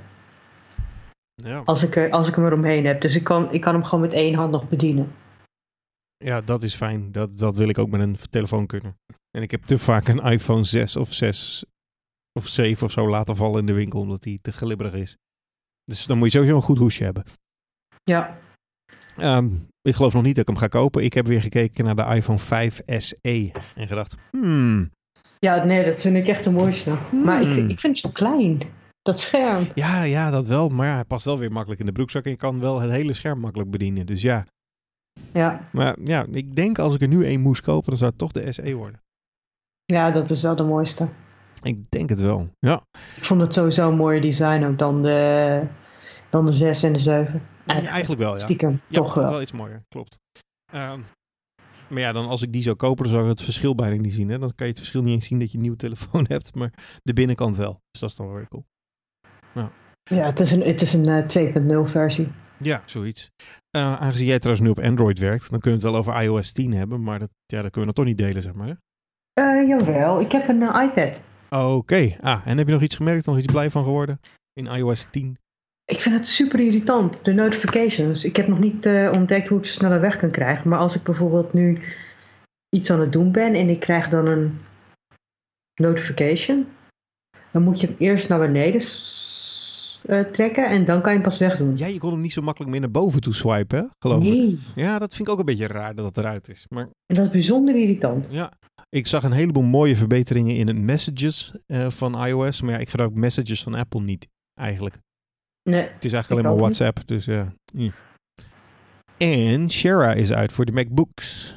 Ja. Als ik, als ik hem eromheen heb. Dus ik kan, ik kan hem gewoon met één hand nog bedienen. Ja, dat is fijn. Dat, dat wil ik ook met een telefoon kunnen. En ik heb te vaak een iPhone zes of zes of zeven of zo laten vallen in de winkel, omdat die te glibberig is. Dus dan moet je sowieso een goed hoesje hebben. Ja. Um, ik geloof nog niet dat ik hem ga kopen. Ik heb weer gekeken naar de iPhone vijf S E en gedacht, hmm. Ja, nee, dat vind ik echt de mooiste. Hmm. Maar ik, ik vind het zo klein. Dat scherm. Ja, ja, dat wel. Maar ja, hij past wel weer makkelijk in de broekzak en je kan wel het hele scherm makkelijk bedienen. Dus ja. Ja. Maar ja, ik denk als ik er nu één moest kopen, dan zou het toch de S E worden. Ja, dat is wel de mooiste. Ik denk het wel, ja. Ik vond het sowieso een mooier design ook dan de, dan de zes en de zeven. Eigenlijk, ja, eigenlijk wel, ja. Stiekem, ja, toch wel. wel iets mooier, klopt. Um, maar ja, dan als ik die zou kopen, dan zou ik het verschil bijna niet zien. Hè? Dan kan je het verschil niet eens zien dat je een nieuwe telefoon hebt, maar de binnenkant wel. Dus dat is dan wel weer cool. Ja, ja het is een, het is een uh, twee punt nul versie. Ja, zoiets. Uh, aangezien jij trouwens nu op Android werkt, dan kunnen we het wel over iOS tien hebben, maar dat, ja, dat kunnen we dan toch niet delen, zeg maar. Hè? Uh, jawel, ik heb een uh, iPad. Oké, okay. ah, en heb je nog iets gemerkt, nog iets blij van geworden in iOS tien? Ik vind het super irritant, de notifications. Ik heb nog niet uh, ontdekt hoe ik ze sneller weg kan krijgen. Maar als ik bijvoorbeeld nu iets aan het doen ben en ik krijg dan een notification, dan moet je hem eerst naar beneden uh, trekken en dan kan je hem pas wegdoen. Ja, je kon hem niet zo makkelijk meer naar boven toe swipen, hè? Geloof nee. ik. Ja, dat vind ik ook een beetje raar dat dat eruit is. Maar... En dat is bijzonder irritant. Ja, ik zag een heleboel mooie verbeteringen in het messages uh, van iOS. Maar ja, ik gebruik messages van Apple niet, eigenlijk. Nee, het is eigenlijk alleen maar WhatsApp, niet. Dus ja. Uh, en Shara is uit voor de MacBooks.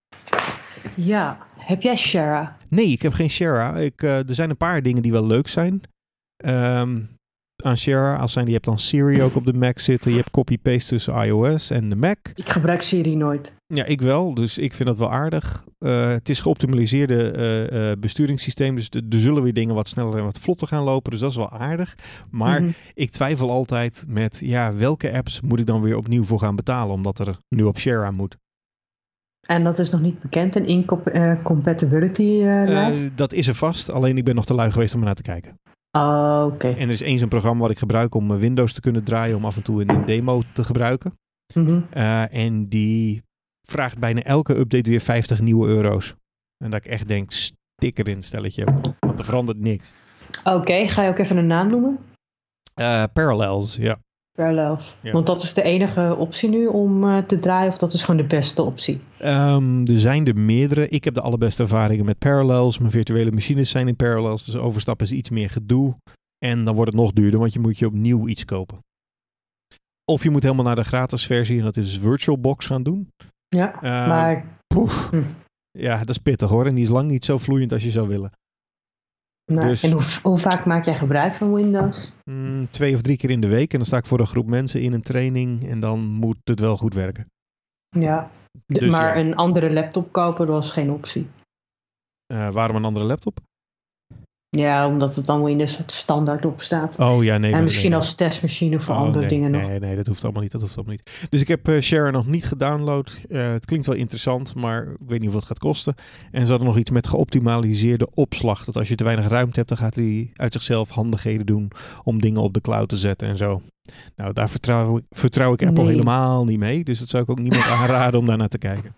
Ja, heb jij Shara? Nee, ik heb geen Shara. Ik, uh, er zijn een paar dingen die wel leuk zijn. Um, aan Shara, als zijn, je hebt dan Siri ook op de Mac zitten. Je hebt copy-paste tussen iOS en de Mac. Ik gebruik Siri nooit. Ja, ik wel. Dus ik vind dat wel aardig. Uh, het is geoptimaliseerde uh, uh, besturingssysteem. Dus er zullen weer dingen wat sneller en wat vlotter gaan lopen. Dus dat is wel aardig. Maar mm-hmm. ik twijfel altijd met, ja, welke apps moet ik dan weer opnieuw voor gaan betalen? Omdat er nu op Shara moet. En dat is nog niet bekend, een incompatibility uh, lijst? Uh, dat is er vast. Alleen ik ben nog te lui geweest om er naar te kijken. Oh, oké. Okay. En er is eens een programma wat ik gebruik om Windows te kunnen draaien. Om af en toe in een demo te gebruiken. Mm-hmm. Uh, en die vraagt bijna elke update weer vijftig nieuwe euro's. En dat ik echt denk, stik erin, stelletje. Want er verandert niks. Oké, okay, ga je ook even een naam noemen? Uh, Parallels, ja. Parallels. Ja. Want dat is de enige optie nu om uh, te draaien, of dat is gewoon de beste optie? Um, er zijn er meerdere. Ik heb de allerbeste ervaringen met Parallels. Mijn virtuele machines zijn in Parallels. Dus overstappen is iets meer gedoe. En dan wordt het nog duurder, want je moet je opnieuw iets kopen. Of je moet helemaal naar de gratis versie en dat is VirtualBox gaan doen. Ja, uh, maar... Poef. Hm. Ja, dat is pittig hoor. En die is lang niet zo vloeiend als je zou willen. Nou, dus, en hoe, hoe vaak maak jij gebruik van Windows? Mm, twee of drie keer in de week. En dan sta ik voor een groep mensen in een training. En dan moet het wel goed werken. Ja, de, dus, maar ja. Een andere laptop kopen was geen optie. Uh, waarom een andere laptop? Ja, omdat het dan Windows standaard op staat. Oh ja, nee. En nee, misschien nee, als testmachine voor oh, andere nee, dingen nee, nog. Nee, nee, dat hoeft allemaal niet. Dat hoeft allemaal niet. Dus ik heb uh, Share nog niet gedownload. Uh, het klinkt wel interessant, maar ik weet niet wat het gaat kosten. En ze hadden nog iets met geoptimaliseerde opslag. Dat als je te weinig ruimte hebt, dan gaat hij uit zichzelf handigheden doen om dingen op de cloud te zetten en zo. Nou, daar vertrouw, vertrouw ik Apple nee. helemaal niet mee. Dus dat zou ik ook niemand aanraden om daar naar te kijken.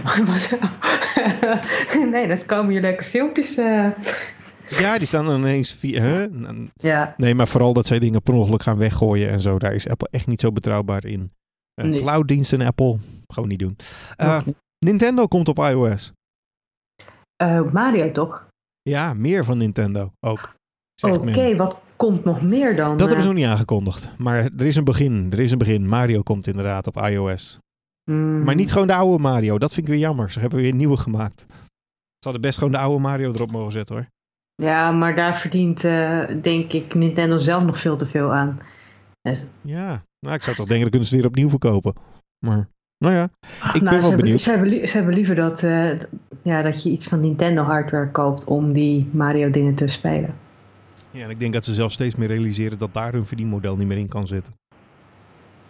Nee, dan komen hier leuke filmpjes... Uh... Ja, die staan dan ineens... Via, huh? Ja. Nee, maar vooral dat zij dingen per ongeluk gaan weggooien en zo. Daar is Apple echt niet zo betrouwbaar in. Uh, nee. Clouddiensten Apple, gewoon niet doen. Uh, Nintendo komt op iOS. Uh, Mario toch? Ja, meer van Nintendo ook. Oké, okay, wat komt nog meer dan? Dat uh... hebben ze nog niet aangekondigd. Maar er is een begin. Er is een begin. Mario komt inderdaad op iOS. Mm. Maar niet gewoon de oude Mario. Dat vind ik weer jammer. Ze hebben weer een nieuwe gemaakt. Ze hadden best gewoon de oude Mario erop mogen zetten hoor. Ja, maar daar verdient, uh, denk ik, Nintendo zelf nog veel te veel aan. Dus... Ja, nou, ik zou toch denken, dan kunnen ze het weer opnieuw verkopen. Maar, nou ja, ik nou, ben wel ze benieuwd. Hebben, ze, hebben, ze hebben liever dat, uh, ja, dat je iets van Nintendo hardware koopt om die Mario dingen te spelen. Ja, en ik denk dat ze zelf steeds meer realiseren dat daar hun verdienmodel niet meer in kan zitten.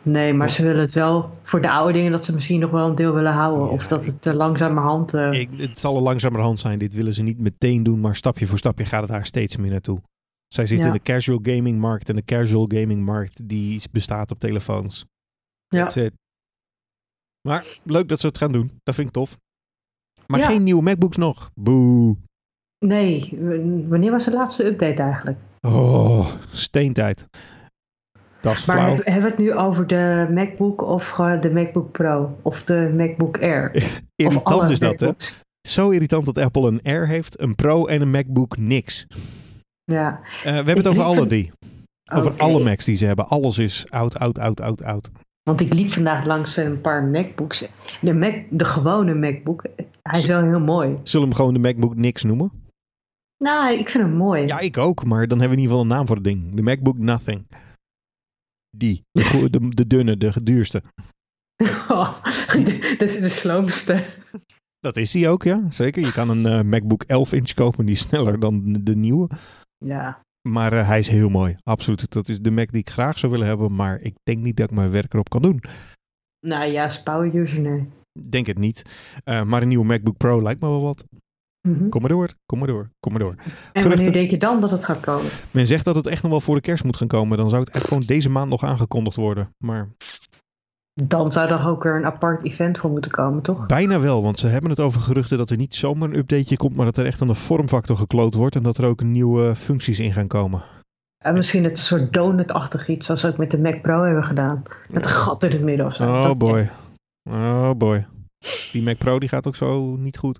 Nee, maar ze willen het wel voor de oude dingen dat ze misschien nog wel een deel willen houden. Ja, of dat het uh, langzamerhand... Uh... Ik, het zal er langzamerhand zijn. Dit willen ze niet meteen doen, maar stapje voor stapje gaat het daar steeds meer naartoe. Zij zit ja. in de casual gaming markt en de casual gaming markt die bestaat op telefoons. Ja. That's it. Maar leuk dat ze het gaan doen. Dat vind ik tof. Maar ja. geen nieuwe MacBooks nog. Boe. Nee, wanneer was de laatste update eigenlijk? Oh, steentijd. Dat is maar flauw. hebben we het nu over de MacBook of de MacBook Pro? Of de MacBook Air? Irritant is dat, MacBooks. Hè? Zo irritant dat Apple een Air heeft, een Pro en een MacBook niks. Ja. Uh, we hebben het over alle van... drie. Over okay. alle Macs die ze hebben. Alles is oud, oud, oud, oud, oud. Want ik liep vandaag langs een paar MacBooks. De, Mac, de gewone MacBook, hij is wel heel mooi. Zullen we hem gewoon de MacBook niks noemen? Nou, ik vind hem mooi. Ja, ik ook. Maar dan hebben we in ieder geval een naam voor het ding. De MacBook Nothing. Die. De, de, de dunne, de duurste. Oh, dat is de sloomste. Dat is die ook, ja. Zeker. Je kan een uh, MacBook elf inch kopen. Die is sneller dan de nieuwe. Ja. Maar uh, hij is heel mooi. Absoluut. Dat is de Mac die ik graag zou willen hebben. Maar ik denk niet dat ik mijn werk erop kan doen. Nou ja, als power user, nee. Denk het niet. Uh, maar een nieuwe MacBook Pro lijkt me wel wat. Mm-hmm. Kom maar door, kom maar door, kom maar door. En Geruchten, wanneer denk je dan dat het gaat komen? Men zegt dat het echt nog wel voor de kerst moet gaan komen. Dan zou het echt gewoon deze maand nog aangekondigd worden. Maar... Dan zou er ook weer een apart event voor moeten komen, toch? Bijna wel, want ze hebben het over geruchten dat er niet zomaar een updateje komt, maar dat er echt aan de vormfactor gekloot wordt en dat er ook nieuwe functies in gaan komen. En misschien het soort donut-achtig iets, zoals we ook met de Mac Pro hebben gedaan. Met een gat in het midden of zo. Oh dat boy. Oh boy. Die Mac Pro die gaat ook zo niet goed.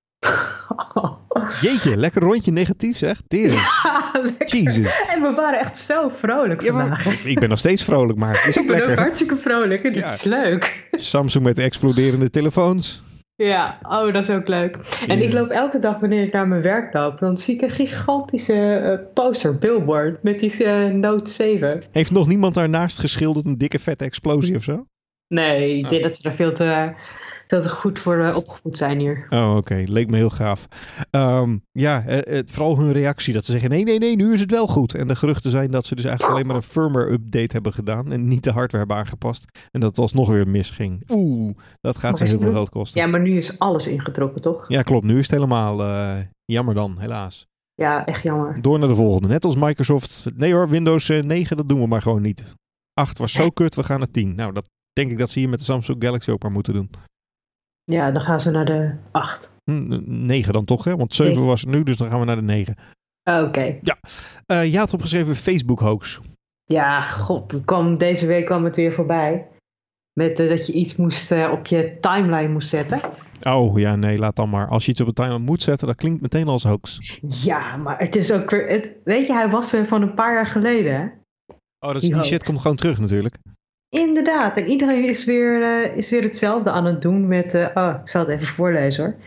Jeetje, lekker rondje negatief zeg. Tering. Ja, Jesus. En we waren echt zo vrolijk ja, vandaag. Maar, ik ben nog steeds vrolijk, maar het is ook ik ben lekker. ook hartstikke vrolijk en dit ja. is leuk. Samsung met exploderende telefoons. Ja, oh, dat is ook leuk. En yeah. ik loop elke dag wanneer ik naar mijn werk loop, dan zie ik een gigantische uh, poster, billboard, met die uh, Note zeven. Heeft nog niemand daarnaast geschilderd een dikke vette explosie of zo? Nee, ik oh. denk dat ze er veel te... dat we goed voor uh, opgevoed zijn hier. Oh, oké. Okay. Leek me heel gaaf. Um, ja, uh, uh, vooral hun reactie. Dat ze zeggen, nee, nee, nee, nu is het wel goed. En de geruchten zijn dat ze dus eigenlijk alleen maar een firmware update hebben gedaan. En niet de hardware hebben aangepast. En dat het alsnog weer misging. Oeh, dat gaat ze heel veel geld kosten. Ja, maar nu is alles ingetrokken, toch? Ja, klopt. Nu is het helemaal uh, jammer dan, helaas. Ja, echt jammer. Door naar de volgende. Net als Microsoft. Nee hoor, Windows negen, dat doen we maar gewoon niet. acht was zo kut, we gaan naar tien. Nou, dat denk ik dat ze hier met de Samsung Galaxy ook maar moeten doen. Ja, dan gaan ze naar de acht. negen dan toch, hè? Want zeven negen was het nu, dus dan gaan we naar de negen. Oké. Okay. Ja. Uh, je had opgeschreven Facebook hoax. Ja, god. Het kwam, deze week kwam het weer voorbij. Met uh, dat je iets moest, uh, op je timeline moest zetten. Oh, ja, nee, laat dan maar. Als je iets op de timeline moet zetten, dat klinkt meteen als hoax. Ja, maar het is ook weer... Het, weet je, hij was er van een paar jaar geleden, hè? Oh, dus die, die shit komt gewoon terug natuurlijk. Inderdaad, en iedereen is weer, uh, is weer hetzelfde aan het doen met... Uh, oh, ik zal het even voorlezen hoor.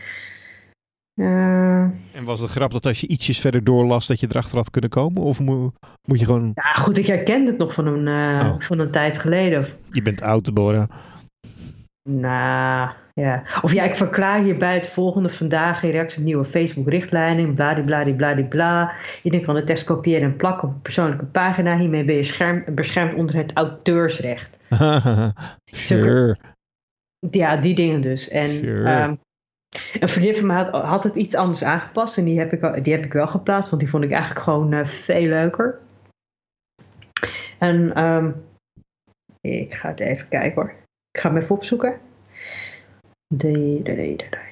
Uh, en was het grap dat als je ietsjes verder doorlas dat je erachter had kunnen komen? Of moet, moet je gewoon... Ja goed, ik herkende het nog van een, uh, oh. van een tijd geleden. Je bent oud, Deborah. Nou, ja. Of ja, ik verklaar hierbij het volgende vandaag in reactie op nieuwe Facebook-richtlijnen. Bladibladibladibla. Iedereen kan de tekst kopiëren en plakken op een persoonlijke pagina. Hiermee ben je scherm, beschermd onder het auteursrecht. Sure. Ja, die dingen dus. En sure. um, een vriendin van mij had, had het iets anders aangepast. En die heb ik, die heb ik wel geplaatst, want die vond ik eigenlijk gewoon uh, veel leuker. En um, ik ga het even kijken hoor. Ik ga hem even opzoeken. De, de, de, de, de.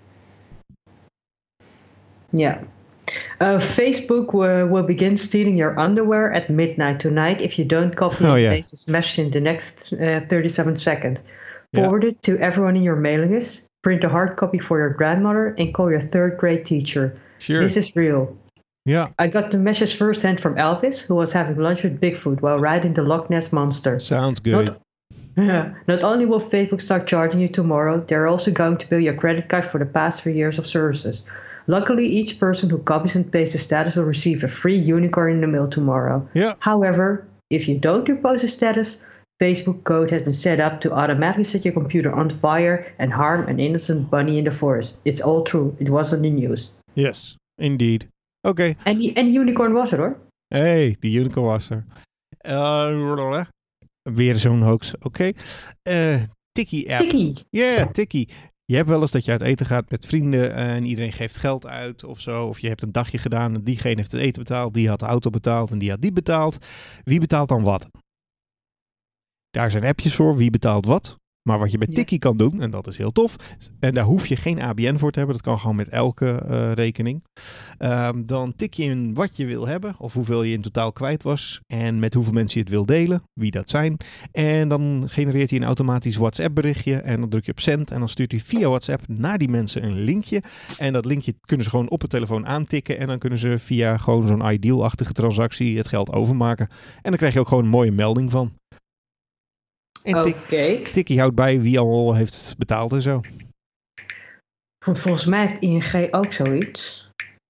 Ja. Uh, Facebook will, will begin stealing your underwear at midnight tonight if you don't copy and oh, yeah. paste this message in the next uh, thirty-seven seconds. Forward yeah. it to everyone in your mailing list. Print a hard copy for your grandmother and call your third grade teacher. Sure. This is real. Yeah. I got the message firsthand from Elvis, who was having lunch with Bigfoot while riding the Loch Ness Monster. Sounds good. Not, Yeah. Not only will Facebook start charging you tomorrow, they're also going to bill your credit card for the past three years of services. Luckily, each person who copies and pastes the status will receive a free unicorn in the mail tomorrow. Yeah. However, if you don't repose a status, Facebook code has been set up to automatically set your computer on fire and harm an innocent bunny in the forest. It's all true. It was on the news. Yes, indeed. Oké. Okay. En die, en die unicorn was er hoor. Hey, die unicorn was er. Uh, Weer zo'n hoax. Oké. Okay. Uh, Tikkie-app. Tikkie. Ja, yeah, Tikkie. Je hebt wel eens dat je uit eten gaat met vrienden en iedereen geeft geld uit of zo. Of je hebt een dagje gedaan en diegene heeft het eten betaald. Die had de auto betaald en die had die betaald. Wie betaalt dan wat? Daar zijn appjes voor. Wie betaalt wat? Maar wat je met Tikkie ja. kan doen, en dat is heel tof, en daar hoef je geen A B N voor te hebben, dat kan gewoon met elke uh, rekening. Um, dan tik je in wat je wil hebben, of hoeveel je in totaal kwijt was, en met hoeveel mensen je het wil delen, wie dat zijn. En dan genereert hij een automatisch WhatsApp berichtje, en dan druk je op send, en dan stuurt hij via WhatsApp naar die mensen een linkje. En dat linkje kunnen ze gewoon op het telefoon aantikken, en dan kunnen ze via gewoon zo'n iDeal-achtige transactie het geld overmaken. En dan krijg je ook gewoon een mooie melding van. En tik, okay. Tikkie houdt bij wie al heeft betaald en zo. Volgens mij heeft I N G ook zoiets.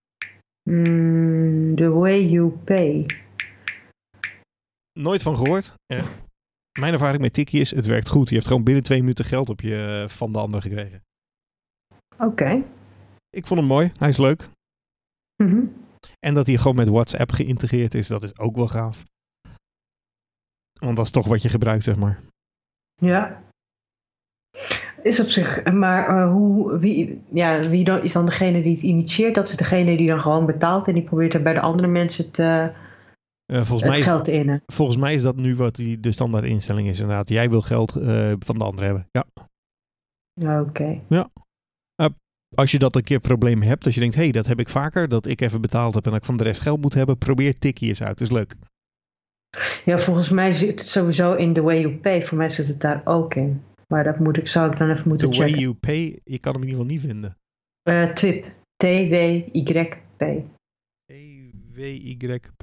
Mm, the way you pay. Nooit van gehoord. Ja. Mijn ervaring met Tikkie is, het werkt goed. Je hebt gewoon binnen twee minuten geld op je van de ander gekregen. Oké. Okay. Ik vond hem mooi. Hij is leuk. Mm-hmm. En dat hij gewoon met WhatsApp geïntegreerd is, dat is ook wel gaaf. Want dat is toch wat je gebruikt, zeg maar. Ja. Is op zich, maar uh, hoe, wie, ja, wie dan, is dan degene die het initieert? Dat is degene die dan gewoon betaalt en die probeert er bij de andere mensen het, uh, uh, volgens het mij geld te innen. Volgens mij is dat nu wat die, de standaard instelling is inderdaad. Jij wil geld uh, van de ander hebben. Ja. Oké. Okay. Ja. Uh, als je dat een keer probleem hebt, als je denkt, hé, hey, dat heb ik vaker, dat ik even betaald heb en dat ik van de rest geld moet hebben, probeer Tikkie eens uit. Dat is leuk. Ja, volgens mij zit het sowieso in the way you pay. Voor mij zit het daar ook in. Maar dat moet ik, zou ik dan even moeten the checken. The way you pay, je kan hem in ieder geval niet vinden. Uh, Twip. T W Y P. T W Y P.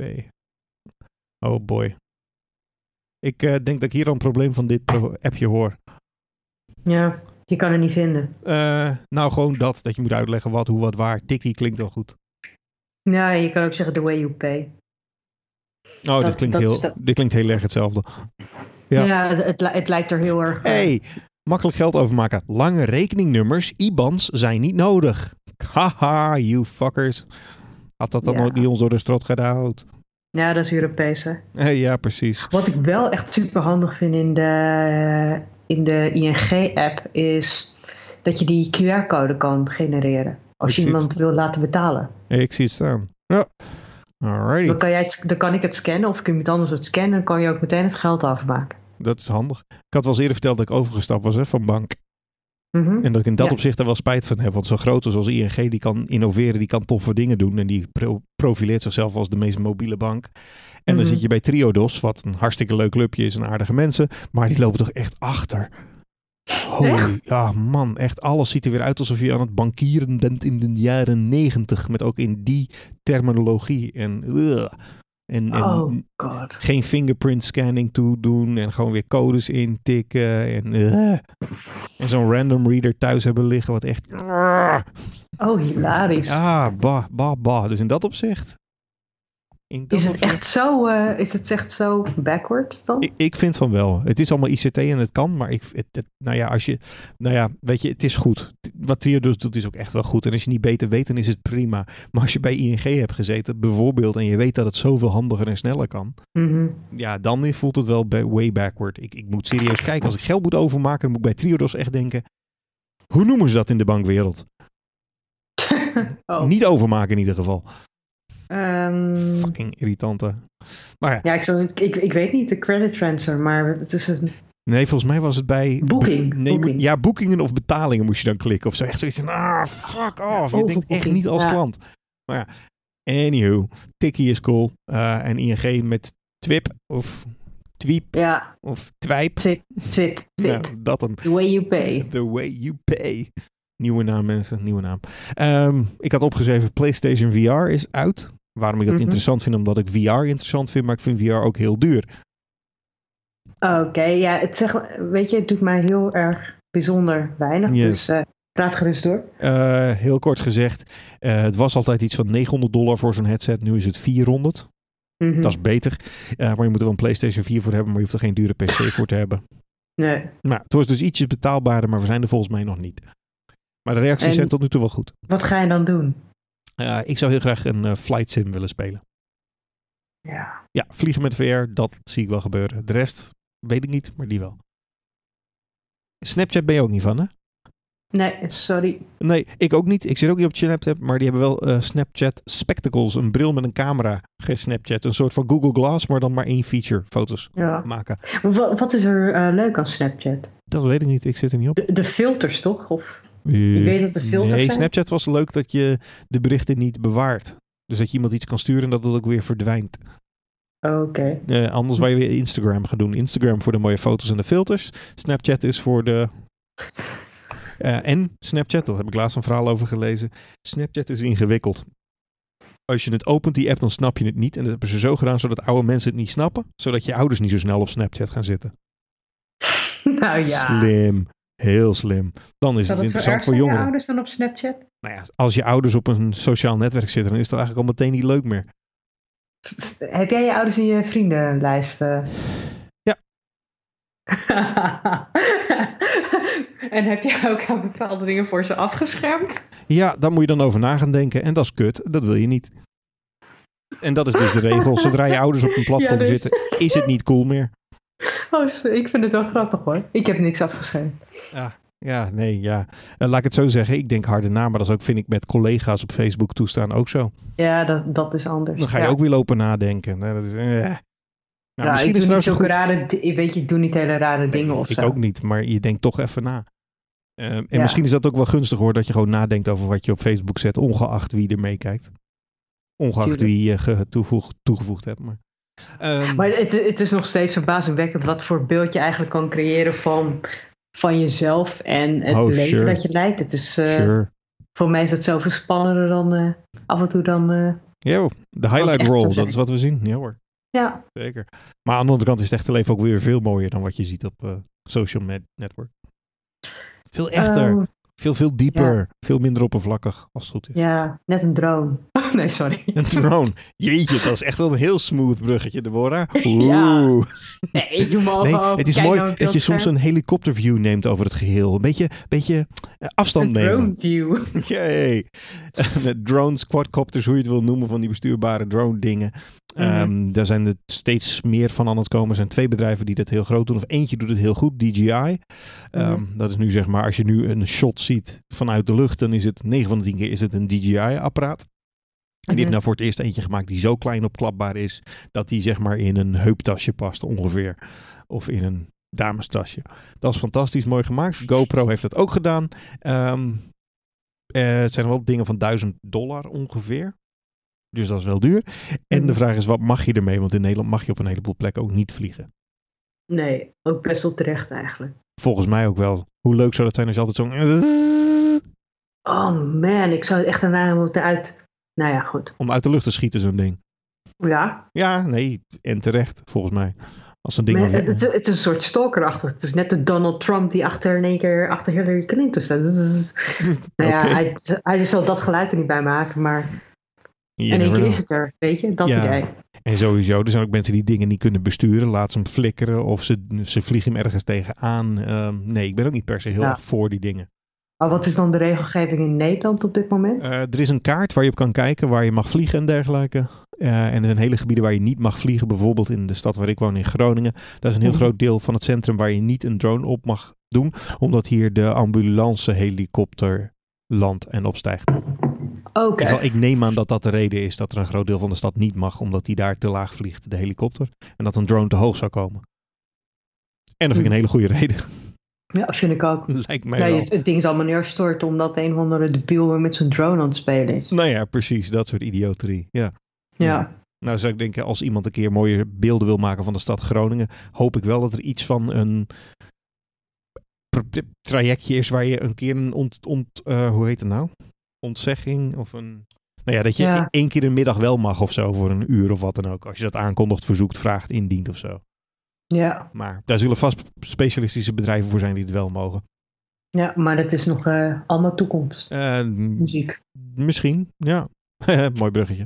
Oh boy. Ik uh, denk dat ik hier al een probleem van dit pro- appje hoor. Ja, je kan het niet vinden. Uh, nou, gewoon dat. Dat je moet uitleggen wat, hoe, wat, waar. Tikkie klinkt wel goed. Ja, je kan ook zeggen the way you pay. Oh, dat, dit, klinkt heel, dat... dit klinkt heel erg hetzelfde. Ja, ja het, het, het lijkt er heel erg... Hey, makkelijk geld overmaken. Lange rekeningnummers, I B A N's zijn niet nodig. Haha, you fuckers. Had dat dan ja. nooit niet ons door de strot gedouwd? Ja, dat is Europees, hè? Hey, ja, precies. Wat ik wel echt super handig vind in de, in de I N G-app is dat je die Q R-code kan genereren. Als ik je iemand wil laten betalen. Hey, ik zie het staan. Ja. Alrighty. Dan kan, jij het, dan kan ik het scannen of kun je iemand anders het scannen. Dan kan je ook meteen het geld afmaken. Dat is handig. Ik had wel eens eerder verteld dat ik overgestapt was hè, van bank. Mm-hmm. En dat ik in dat ja. opzicht er wel spijt van heb. Want zo'n grote zoals I N G, die kan innoveren, die kan toffe dingen doen. En die pro- profileert zichzelf als de meest mobiele bank. En mm-hmm. dan zit je bij Triodos, wat een hartstikke leuk clubje is en aardige mensen. Maar die lopen toch echt achter. Holy, ja man, echt alles ziet er weer uit alsof je aan het bankieren bent in de jaren negentig. Met ook in die terminologie. En, uh, en, en oh god. Geen fingerprint scanning toedoen. En gewoon weer codes intikken. En, uh, en zo'n random reader thuis hebben liggen. Wat echt... Uh, oh, hilarisch. Ah, bah, bah, bah. Dus in dat opzicht... In dat is, het opzicht, echt zo, uh, is het echt zo backward dan? Ik, ik vind van wel. Het is allemaal I C T en het kan, maar ik, het, het, nou ja, als je, nou ja, weet je, het is goed. Wat Triodos doet is ook echt wel goed. En als je niet beter weet, dan is het prima. Maar als je bij I N G hebt gezeten, bijvoorbeeld, en je weet dat het zoveel handiger en sneller kan, mm-hmm. ja, dan voelt het wel way backward. Ik, ik moet serieus kijken. Als ik geld moet overmaken, dan moet ik bij Triodos echt denken, hoe noemen ze dat in de bankwereld? oh. Niet overmaken in ieder geval. Um, Fucking irritante. Maar ja, ja ik, zou, ik, ik, ik weet niet, de credit transfer, maar het is een... Nee, volgens mij was het bij... Booking. Nee, booking. Ja, boekingen of betalingen moest je dan klikken. Of zo echt zoiets van, ah, fuck off. Je denkt echt niet als ja. klant. Maar ja, anywho, Tikkie is cool. Uh, en I N G met Twip of Twiep ja. of Twijp. Twip, Twip, Twip. Ja, dat hem. The way you pay. The way you pay. Nieuwe naam mensen, nieuwe naam. Um, ik had opgeschreven, PlayStation V R is uit. Waarom ik dat mm-hmm. interessant vind, omdat ik V R interessant vind, maar ik vind V R ook heel duur. Oké, okay, ja, het zeg, weet je, het doet mij heel erg bijzonder weinig, yes. dus uh, praat gerust door. Uh, heel kort gezegd, uh, het was altijd iets van negenhonderd dollar voor zo'n headset, nu is het vierhonderd. Mm-hmm. Dat is beter, uh, maar je moet er wel een PlayStation vier voor hebben, maar je hoeft er geen dure P C voor te hebben. Nee. Nou, het was dus ietsjes betaalbaarder, maar we zijn er volgens mij nog niet. Maar de reacties en zijn tot nu toe wel goed. Wat ga je dan doen? Uh, ik zou heel graag een uh, flight sim willen spelen. Ja. Ja, vliegen met V R, dat zie ik wel gebeuren. De rest, weet ik niet, maar die wel. Snapchat ben je ook niet van, hè? Nee, sorry. Nee, ik ook niet. Ik zit ook niet op Snapchat, maar die hebben wel uh, Snapchat Spectacles. Een bril met een camera. Geen Snapchat. Een soort van Google Glass, maar dan maar één feature. Foto's ja. maken. Wat, wat is er uh, leuk aan Snapchat? Dat weet ik niet. Ik zit er niet op. De, de filters, toch? Of... Uh, ik weet dat de filters Nee, zijn. Snapchat was leuk dat je de berichten niet bewaart. Dus dat je iemand iets kan sturen en dat het ook weer verdwijnt. Oké. Okay. Uh, anders waar je weer Instagram gaat doen. Instagram voor de mooie foto's en de filters. Snapchat is voor de... Uh, en Snapchat, daar heb ik laatst een verhaal over gelezen. Snapchat is ingewikkeld. Als je het opent, die app, dan snap je het niet. En dat hebben ze zo gedaan, zodat oude mensen het niet snappen. Zodat je ouders niet zo snel op Snapchat gaan zitten. Nou ja. Slim. Heel slim. Dan is Zou het interessant voor jongeren. Je ouders dan op Snapchat? Nou ja, als je ouders op een sociaal netwerk zitten, dan is dat eigenlijk al meteen niet leuk meer. Heb jij je ouders in je vriendenlijst? Uh... Ja. En heb jij ook aan bepaalde dingen voor ze afgeschermd? Ja, daar moet je dan over na gaan denken. En dat is kut. Dat wil je niet. En dat is dus de regel. Zodra je ouders op een platform ja, dus... zitten, is het niet cool meer. Oh, ik vind het wel grappig hoor. Ik heb niks afgeschermd. Ja, ja nee, ja. Uh, laat ik het zo zeggen. Ik denk harder na, maar dat is ook, vind ik, met collega's op Facebook toestaan ook zo. Ja, dat, dat is anders. Dan ga je ja. ook weer lopen nadenken. Nou, dat is... Uh... Nou, ja, ik doe niet zulke rare, weet je, ik doe niet hele rare dingen nee, of ik zo. Ik ook niet, maar je denkt toch even na. Uh, en ja. misschien is dat ook wel gunstig hoor, dat je gewoon nadenkt over wat je op Facebook zet, ongeacht wie er meekijkt. Ongeacht Tuurlijk. wie je ge- toevoeg, toegevoegd hebt. Maar, um, maar het, het is nog steeds verbazingwekkend wat voor beeld je eigenlijk kan creëren van, van jezelf en het oh, leven sure. dat je leidt. Het is, uh, sure. Voor mij is dat zoveel spannender dan uh, af en toe dan... Uh, ja, de highlight roll, dat is wat we zien. Ja hoor. Ja. Zeker. Maar aan de andere kant is het echte leven ook weer veel mooier dan wat je ziet op uh, social med- network. Veel echter. Um, veel, veel dieper. Ja. Veel minder oppervlakkig, als het goed is. Ja, net een drone. Oh, nee, sorry. Een drone. Jeetje, dat is echt wel een heel smooth bruggetje, Deborah. Oeh. Ja. Nee, ik doe me nee, al. Het is mooi nou dat je soms een helikopterview neemt over het geheel. Een beetje, beetje uh, afstand een nemen. Een drone view. Jee. Drones, quadcopters, hoe je het wil noemen, van die bestuurbare drone dingen. Mm-hmm. Um, daar zijn er steeds meer van aan het komen. Er zijn twee bedrijven die dat heel groot doen. Of eentje doet het heel goed, D J I. Um, mm-hmm. Dat is nu zeg maar, als je nu een shot ziet vanuit de lucht, dan is het negen van de tien keer is het een D J I-apparaat. En die mm-hmm. heeft nou voor het eerst eentje gemaakt die zo klein opklapbaar is, dat die zeg maar in een heuptasje past ongeveer. Of in een damestasje. Dat is fantastisch mooi gemaakt. GoPro heeft dat ook gedaan. Um, uh, het zijn wel dingen van duizend dollar ongeveer. Dus dat is wel duur. En de vraag is, wat mag je ermee? Want in Nederland mag je op een heleboel plekken ook niet vliegen. Nee, ook best wel terecht eigenlijk. Volgens mij ook wel. Hoe leuk zou dat zijn als je altijd zo'n... Oh man, ik zou het echt daarna moeten uit... Nou ja, goed. Om uit de lucht te schieten, zo'n ding. Ja. Ja, nee. En terecht, volgens mij. Als een ding maar, je... het, het is een soort stalkerachtig. Het is net de Donald Trump die achter in één keer achter Hillary Clinton staat. Dus, nou ja, okay. hij, hij zal dat geluid er niet bij maken, maar... In één keer is het er, weet je, dat ja. idee. En sowieso, er zijn ook mensen die dingen niet kunnen besturen. Laat ze hem flikkeren of ze, ze vliegen hem ergens tegenaan. Um, nee, ik ben ook niet per se heel ja. erg voor die dingen. Maar wat is dan de regelgeving in Nederland op dit moment? Uh, er is een kaart waar je op kan kijken, waar je mag vliegen en dergelijke. Uh, en er zijn hele gebieden waar je niet mag vliegen. Bijvoorbeeld in de stad waar ik woon, in Groningen. Dat is een heel mm-hmm. groot deel van het centrum waar je niet een drone op mag doen. Omdat hier de ambulancehelikopter landt en opstijgt. Oké. Okay. Ik neem aan dat dat de reden is dat er een groot deel van de stad niet mag, omdat die daar te laag vliegt, de helikopter. En dat een drone te hoog zou komen. En dat vind ik een hele goede reden. Ja, vind ik ook. Lijkt mij ja, wel. Het, het ding is allemaal neergestort omdat een of andere debiel met zijn drone aan het spelen is. Nou ja, precies. Dat soort idioterie. Ja. Ja. ja. Nou zou ik denken, als iemand een keer mooie beelden wil maken van de stad Groningen, hoop ik wel dat er iets van een trajectje is waar je een keer een ont... ont uh, hoe heet het nou? Ontzegging of een... Nou ja, dat je ja. één keer een middag wel mag of zo voor een uur of wat dan ook. Als je dat aankondigt, verzoekt, vraagt, indient of zo. Ja. Maar daar zullen vast specialistische bedrijven voor zijn die het wel mogen. Ja, maar dat is nog uh, allemaal toekomst. Uh, Muziek. Misschien, ja. Mooi bruggetje.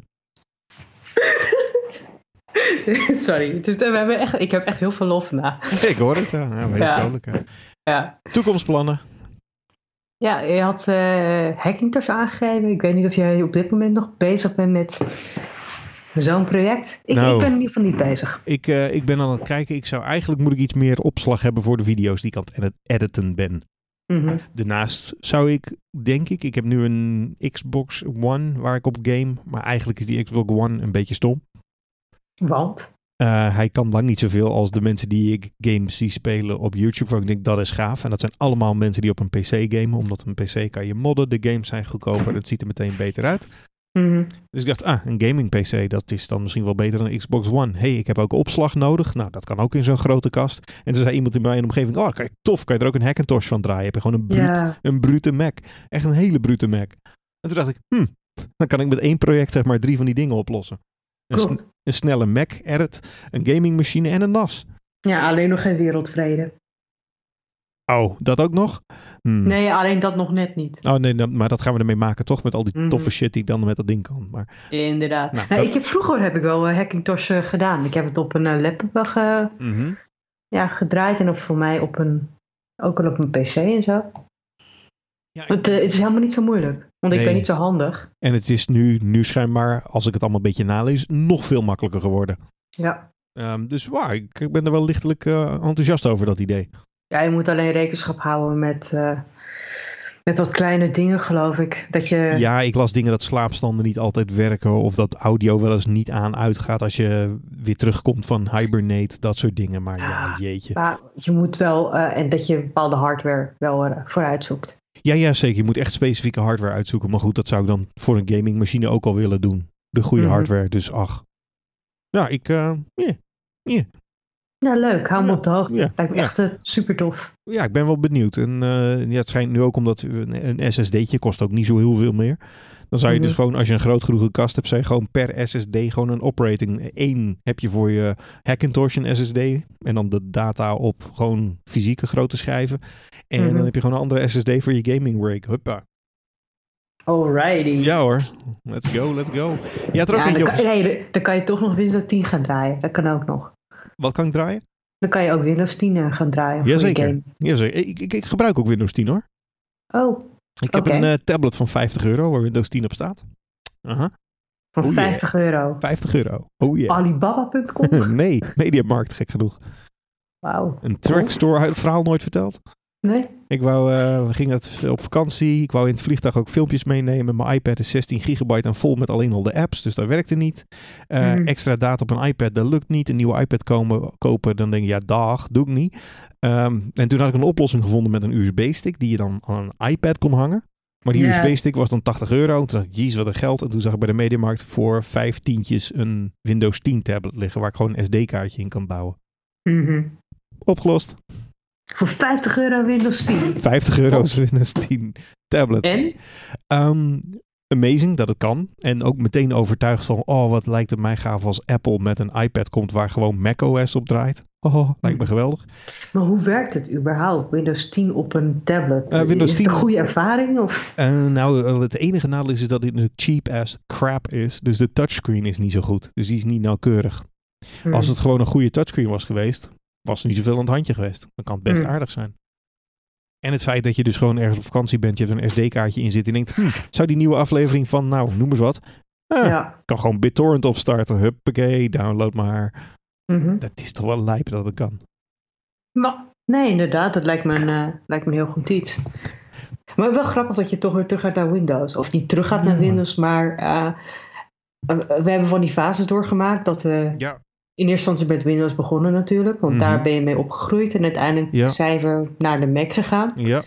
Sorry, we hebben echt, ik heb echt heel veel lof na. Ik hoor het, ja. Ja, ja. vrolijk, ja. Ja. Toekomstplannen. Ja, je had uh, Hackintosh aangegeven. Ik weet niet of jij op dit moment nog bezig bent met Zo'n project? Ik, nou, ik ben in ieder geval niet bezig. Ik, uh, ik ben aan het kijken. Ik zou eigenlijk moet ik iets meer opslag hebben voor de video's die ik aan het edit- editen ben. Mm-hmm. Daarnaast zou ik, denk ik, ik heb nu een Xbox One waar ik op game. Maar eigenlijk is die Xbox One een beetje stom. Want? Uh, hij kan lang niet zoveel als de mensen die ik games zie spelen op YouTube. Waar ik denk, dat is gaaf. En dat zijn allemaal mensen die op een P C gamen. Omdat een P C kan je modden. De games zijn goedkoper. Dat ziet er meteen beter uit. Mm-hmm. Dus ik dacht, ah, een gaming P C, dat is dan misschien wel beter dan een Xbox One. Hé, hey, ik heb ook opslag nodig. Nou, dat kan ook in zo'n grote kast. En toen zei iemand in mijn omgeving, oh, kijk, tof, kan je er ook een Hackintosh van draaien? Heb je gewoon een, bruut, Ja. een brute Mac. Echt een hele brute Mac. En toen dacht ik, hm, dan kan ik met één project zeg maar drie van die dingen oplossen. Een, sn- een snelle Mac edit, een gamingmachine en een N A S. Ja, alleen nog geen wereldvrede. Oh, dat ook nog? Hmm. Nee, alleen dat nog net niet. Oh nee, dan, maar dat gaan we ermee maken toch? Met al die Mm-hmm. toffe shit die ik dan met dat ding kan. Maar, Inderdaad. Nou, nou, dat... ik heb, vroeger heb ik wel uh, Hackintosh uh, gedaan. Ik heb het op een uh, laptop ge, mm-hmm. ja, gedraaid. En op, voor mij op een, ook wel op een P C en zo. Ja, ik... het, uh, het is helemaal niet zo moeilijk. Want nee. ik ben niet zo handig. En het is nu, nu schijnbaar, als ik het allemaal een beetje nalees, nog veel makkelijker geworden. Ja. Um, dus wow, ik ben er wel lichtelijk uh, enthousiast over dat idee. Ja, je moet alleen rekenschap houden met, uh, met wat kleine dingen, geloof ik. Dat je... Ja, ik las dingen dat slaapstanden niet altijd werken. Of dat audio wel eens niet aan uitgaat als je weer terugkomt van hibernate. Dat soort dingen. Maar ja, ja jeetje. Maar je moet wel, uh, en dat je bepaalde hardware wel uh, vooruit zoekt. Ja, ja, zeker. Je moet echt specifieke hardware uitzoeken. Maar goed, dat zou ik dan voor een gamingmachine ook al willen doen. De goede mm-hmm. hardware, dus ach. Ja, ik, uh, yeah, yeah. Ja, leuk. Hou me ja, op de hoogte. Ja, Lijkt me ja. echt uh, super tof. Ja, ik ben wel benieuwd. En uh, ja, het schijnt nu ook omdat een, een S S D'tje kost ook niet zo heel veel meer. Dan zou je mm-hmm. dus gewoon, als je een groot genoeg kast hebt, zou je gewoon per S S D gewoon een operating. Eén heb je voor je Hackintosh een S S D. En dan de data op gewoon fysieke grote schijven. En mm-hmm. dan heb je gewoon een andere S S D voor je gaming rig. Huppa. Alrighty. Ja hoor. Let's go, let's go. Je had er ook ja, eentje dan, op... kan, nee, dan kan je toch nog Windows tien gaan draaien. Dat kan ook nog. Wat kan ik draaien? Dan kan je ook Windows tien gaan draaien voor Jazeker. je game. Jazeker. Ik, ik, ik gebruik ook Windows tien hoor. Oh, Ik heb okay. een uh, tablet van vijftig euro waar Windows tien op staat. Aha. Van oh, vijftig yeah. euro? vijftig euro. Oh yeah. Alibaba punt com? Nee, Mediamarkt, gek genoeg. Wauw. Een Trackstore verhaal nooit verteld? Nee. Ik wou, uh, we gingen het op vakantie. Ik wou in het vliegtuig ook filmpjes meenemen. Mijn iPad is zestien gigabyte en vol met alleen al de apps. Dus dat werkte niet. Uh, mm. Extra data op een iPad, dat lukt niet. Een nieuwe iPad komen, kopen, dan denk je, ja dag, doe ik niet. Um, en toen had ik een oplossing gevonden met een U S B-stick die je dan aan een iPad kon hangen. Maar die yeah. U S B-stick was dan tachtig euro. Toen dacht ik, jeez, wat een geld. En toen zag ik bij de Mediamarkt voor vijf tientjes een Windows tien tablet liggen waar ik gewoon een S D-kaartje in kan bouwen. Mm-hmm. Opgelost. Voor vijftig euro Windows tien? vijftig euro is Windows tien tablet. En? Um, amazing dat het kan. En ook meteen overtuigd van, oh, wat lijkt het mij gaaf als Apple met een iPad komt waar gewoon macOS op draait. Oh, lijkt me geweldig. Maar hoe werkt het überhaupt? Windows tien op een tablet? Uh, Windows is het een goede ervaring? Of? Uh, nou, het enige nadeel is dat dit cheap as crap is. Dus de touchscreen is niet zo goed. Dus die is niet nauwkeurig. Hmm. Als het gewoon een goede touchscreen was geweest, was er niet zoveel aan het handje geweest. Dan kan het best hmm. aardig zijn. En het feit dat je dus gewoon ergens op vakantie bent, je hebt een S D-kaartje in zitten en denkt, hm, zou die nieuwe aflevering van, nou, noem eens wat. Ah, ja. Kan gewoon BitTorrent opstarten. Huppakee, download maar. Mm-hmm. Dat is toch wel lijp dat het kan. Maar, nee, inderdaad. Dat lijkt me, een, uh, lijkt me een heel goed iets. Maar wel grappig dat je toch weer terug gaat naar Windows. Of niet terug gaat naar ja. Windows, maar uh, we hebben van die fases doorgemaakt dat we uh, ja. in eerste instantie met Windows begonnen natuurlijk. Want mm-hmm. daar ben je mee opgegroeid. En uiteindelijk ja. zijn we naar de Mac gegaan. Ja.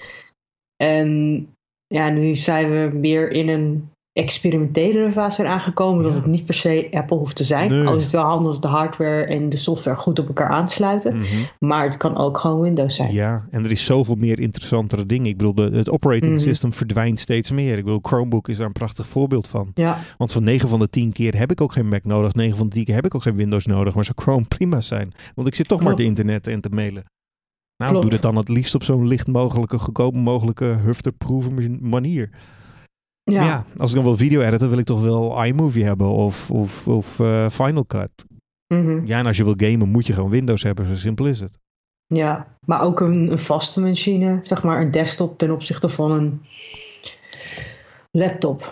En ja, nu zijn we weer in een experimentele fase weer aangekomen. Ja. Dat het niet per se Apple hoeft te zijn. Nee. Al is het wel handig als de hardware en de software goed op elkaar aansluiten. Mm-hmm. Maar het kan ook gewoon Windows zijn. Ja, en er is zoveel meer interessantere dingen. Ik bedoel, de, het operating mm-hmm. system verdwijnt steeds meer. Ik bedoel, Chromebook is daar een prachtig voorbeeld van. Ja. Want van negen van de tien keer heb ik ook geen Mac nodig. negen van de tien keer heb ik ook geen Windows nodig. Maar zou Chrome prima zijn. Want ik zit toch Klopt. maar te internet en te mailen. Nou, Klopt. doe het dan het liefst op zo'n licht mogelijke, goedkoop mogelijke, hufterproof manier. Ja. ja, als ik dan wil video editen, wil ik toch wel iMovie hebben of, of, of uh, Final Cut. Mm-hmm. Ja, en als je wil gamen, moet je gewoon Windows hebben. Zo simpel is het. Ja, maar ook een, een vaste machine, zeg maar een desktop ten opzichte van een laptop.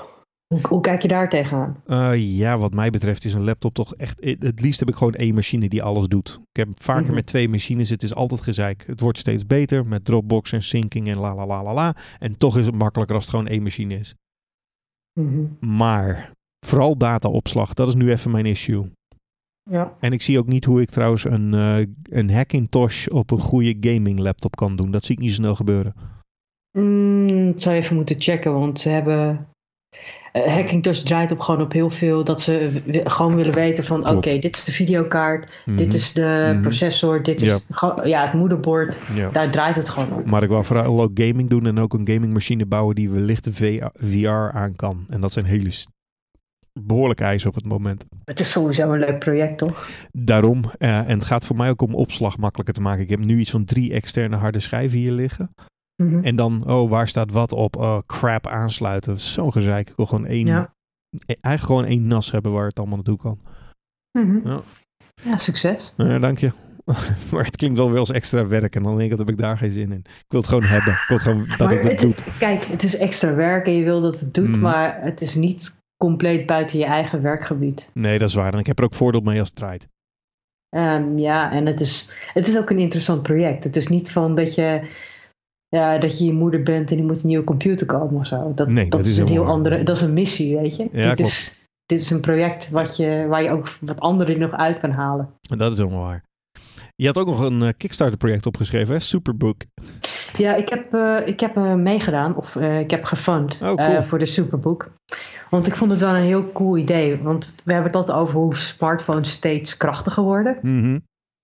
Hoe, hoe kijk je daar tegenaan? Uh, ja, wat mij betreft is een laptop toch echt... Het liefst heb ik gewoon één machine die alles doet. Ik heb vaker mm-hmm. met twee machines. Het is altijd gezeik. Het wordt steeds beter met Dropbox en syncing en la la la la la. En toch is het makkelijker als het gewoon één machine is. Mm-hmm. Maar vooral dataopslag, dat is nu even mijn issue. Ja. En ik zie ook niet hoe ik trouwens een, uh, een Hackintosh op een goede gaming laptop kan doen. Dat zie ik niet zo snel gebeuren. Mm, dat zou je even moeten checken, want ze hebben... Uh, Hackintosh draait op gewoon op heel veel dat ze w- gewoon willen weten van oké, okay, dit is de videokaart, mm-hmm. dit is de mm-hmm. processor, dit is yep. go- ja, het moederbord. Yep. Daar draait het gewoon op. Maar ik wil vooral ook gaming doen en ook een gamingmachine bouwen die wellicht de V R aan kan. En dat zijn hele st- behoorlijke eisen op het moment. Het is sowieso een leuk project, toch? Daarom. Uh, en het gaat voor mij ook om opslag makkelijker te maken. Ik heb nu iets van drie externe harde schijven hier liggen. Mm-hmm. En dan, oh, waar staat wat op? Oh, crap, aansluiten. Zo'n gezeik. Ik wil gewoon één, ja. eigenlijk gewoon één nas hebben waar het allemaal naartoe kan. Mm-hmm. Ja. ja, succes. Ja, dank je. Maar het klinkt wel weer als extra werk en dan denk ik dat heb ik daar geen zin in. Ik wil het gewoon hebben. Ik wil het gewoon dat het het, het doet. Kijk, het is extra werk en je wil dat het doet, mm. maar het is niet compleet buiten je eigen werkgebied. Nee, dat is waar. En ik heb er ook voordeel mee als het draait. Um, ja, en het is, het is ook een interessant project. Het is niet van dat je... Ja, dat je je moeder bent en die moet een nieuwe computer komen of zo. Dat, nee, dat, dat is, is een heel waar. andere... Dat is een missie, weet je. Ja, dit, is, dit is een project wat je, waar je ook wat anderen nog uit kan halen. Dat is helemaal waar. Je had ook nog een uh, Kickstarter project opgeschreven, hè? Superbook. Ja, ik heb, uh, ik heb uh, meegedaan. Of uh, ik heb gefund oh, cool. uh, voor de Superbook. Want ik vond het wel een heel cool idee. Want we hebben het altijd over hoe smartphones steeds krachtiger worden. Mm-hmm.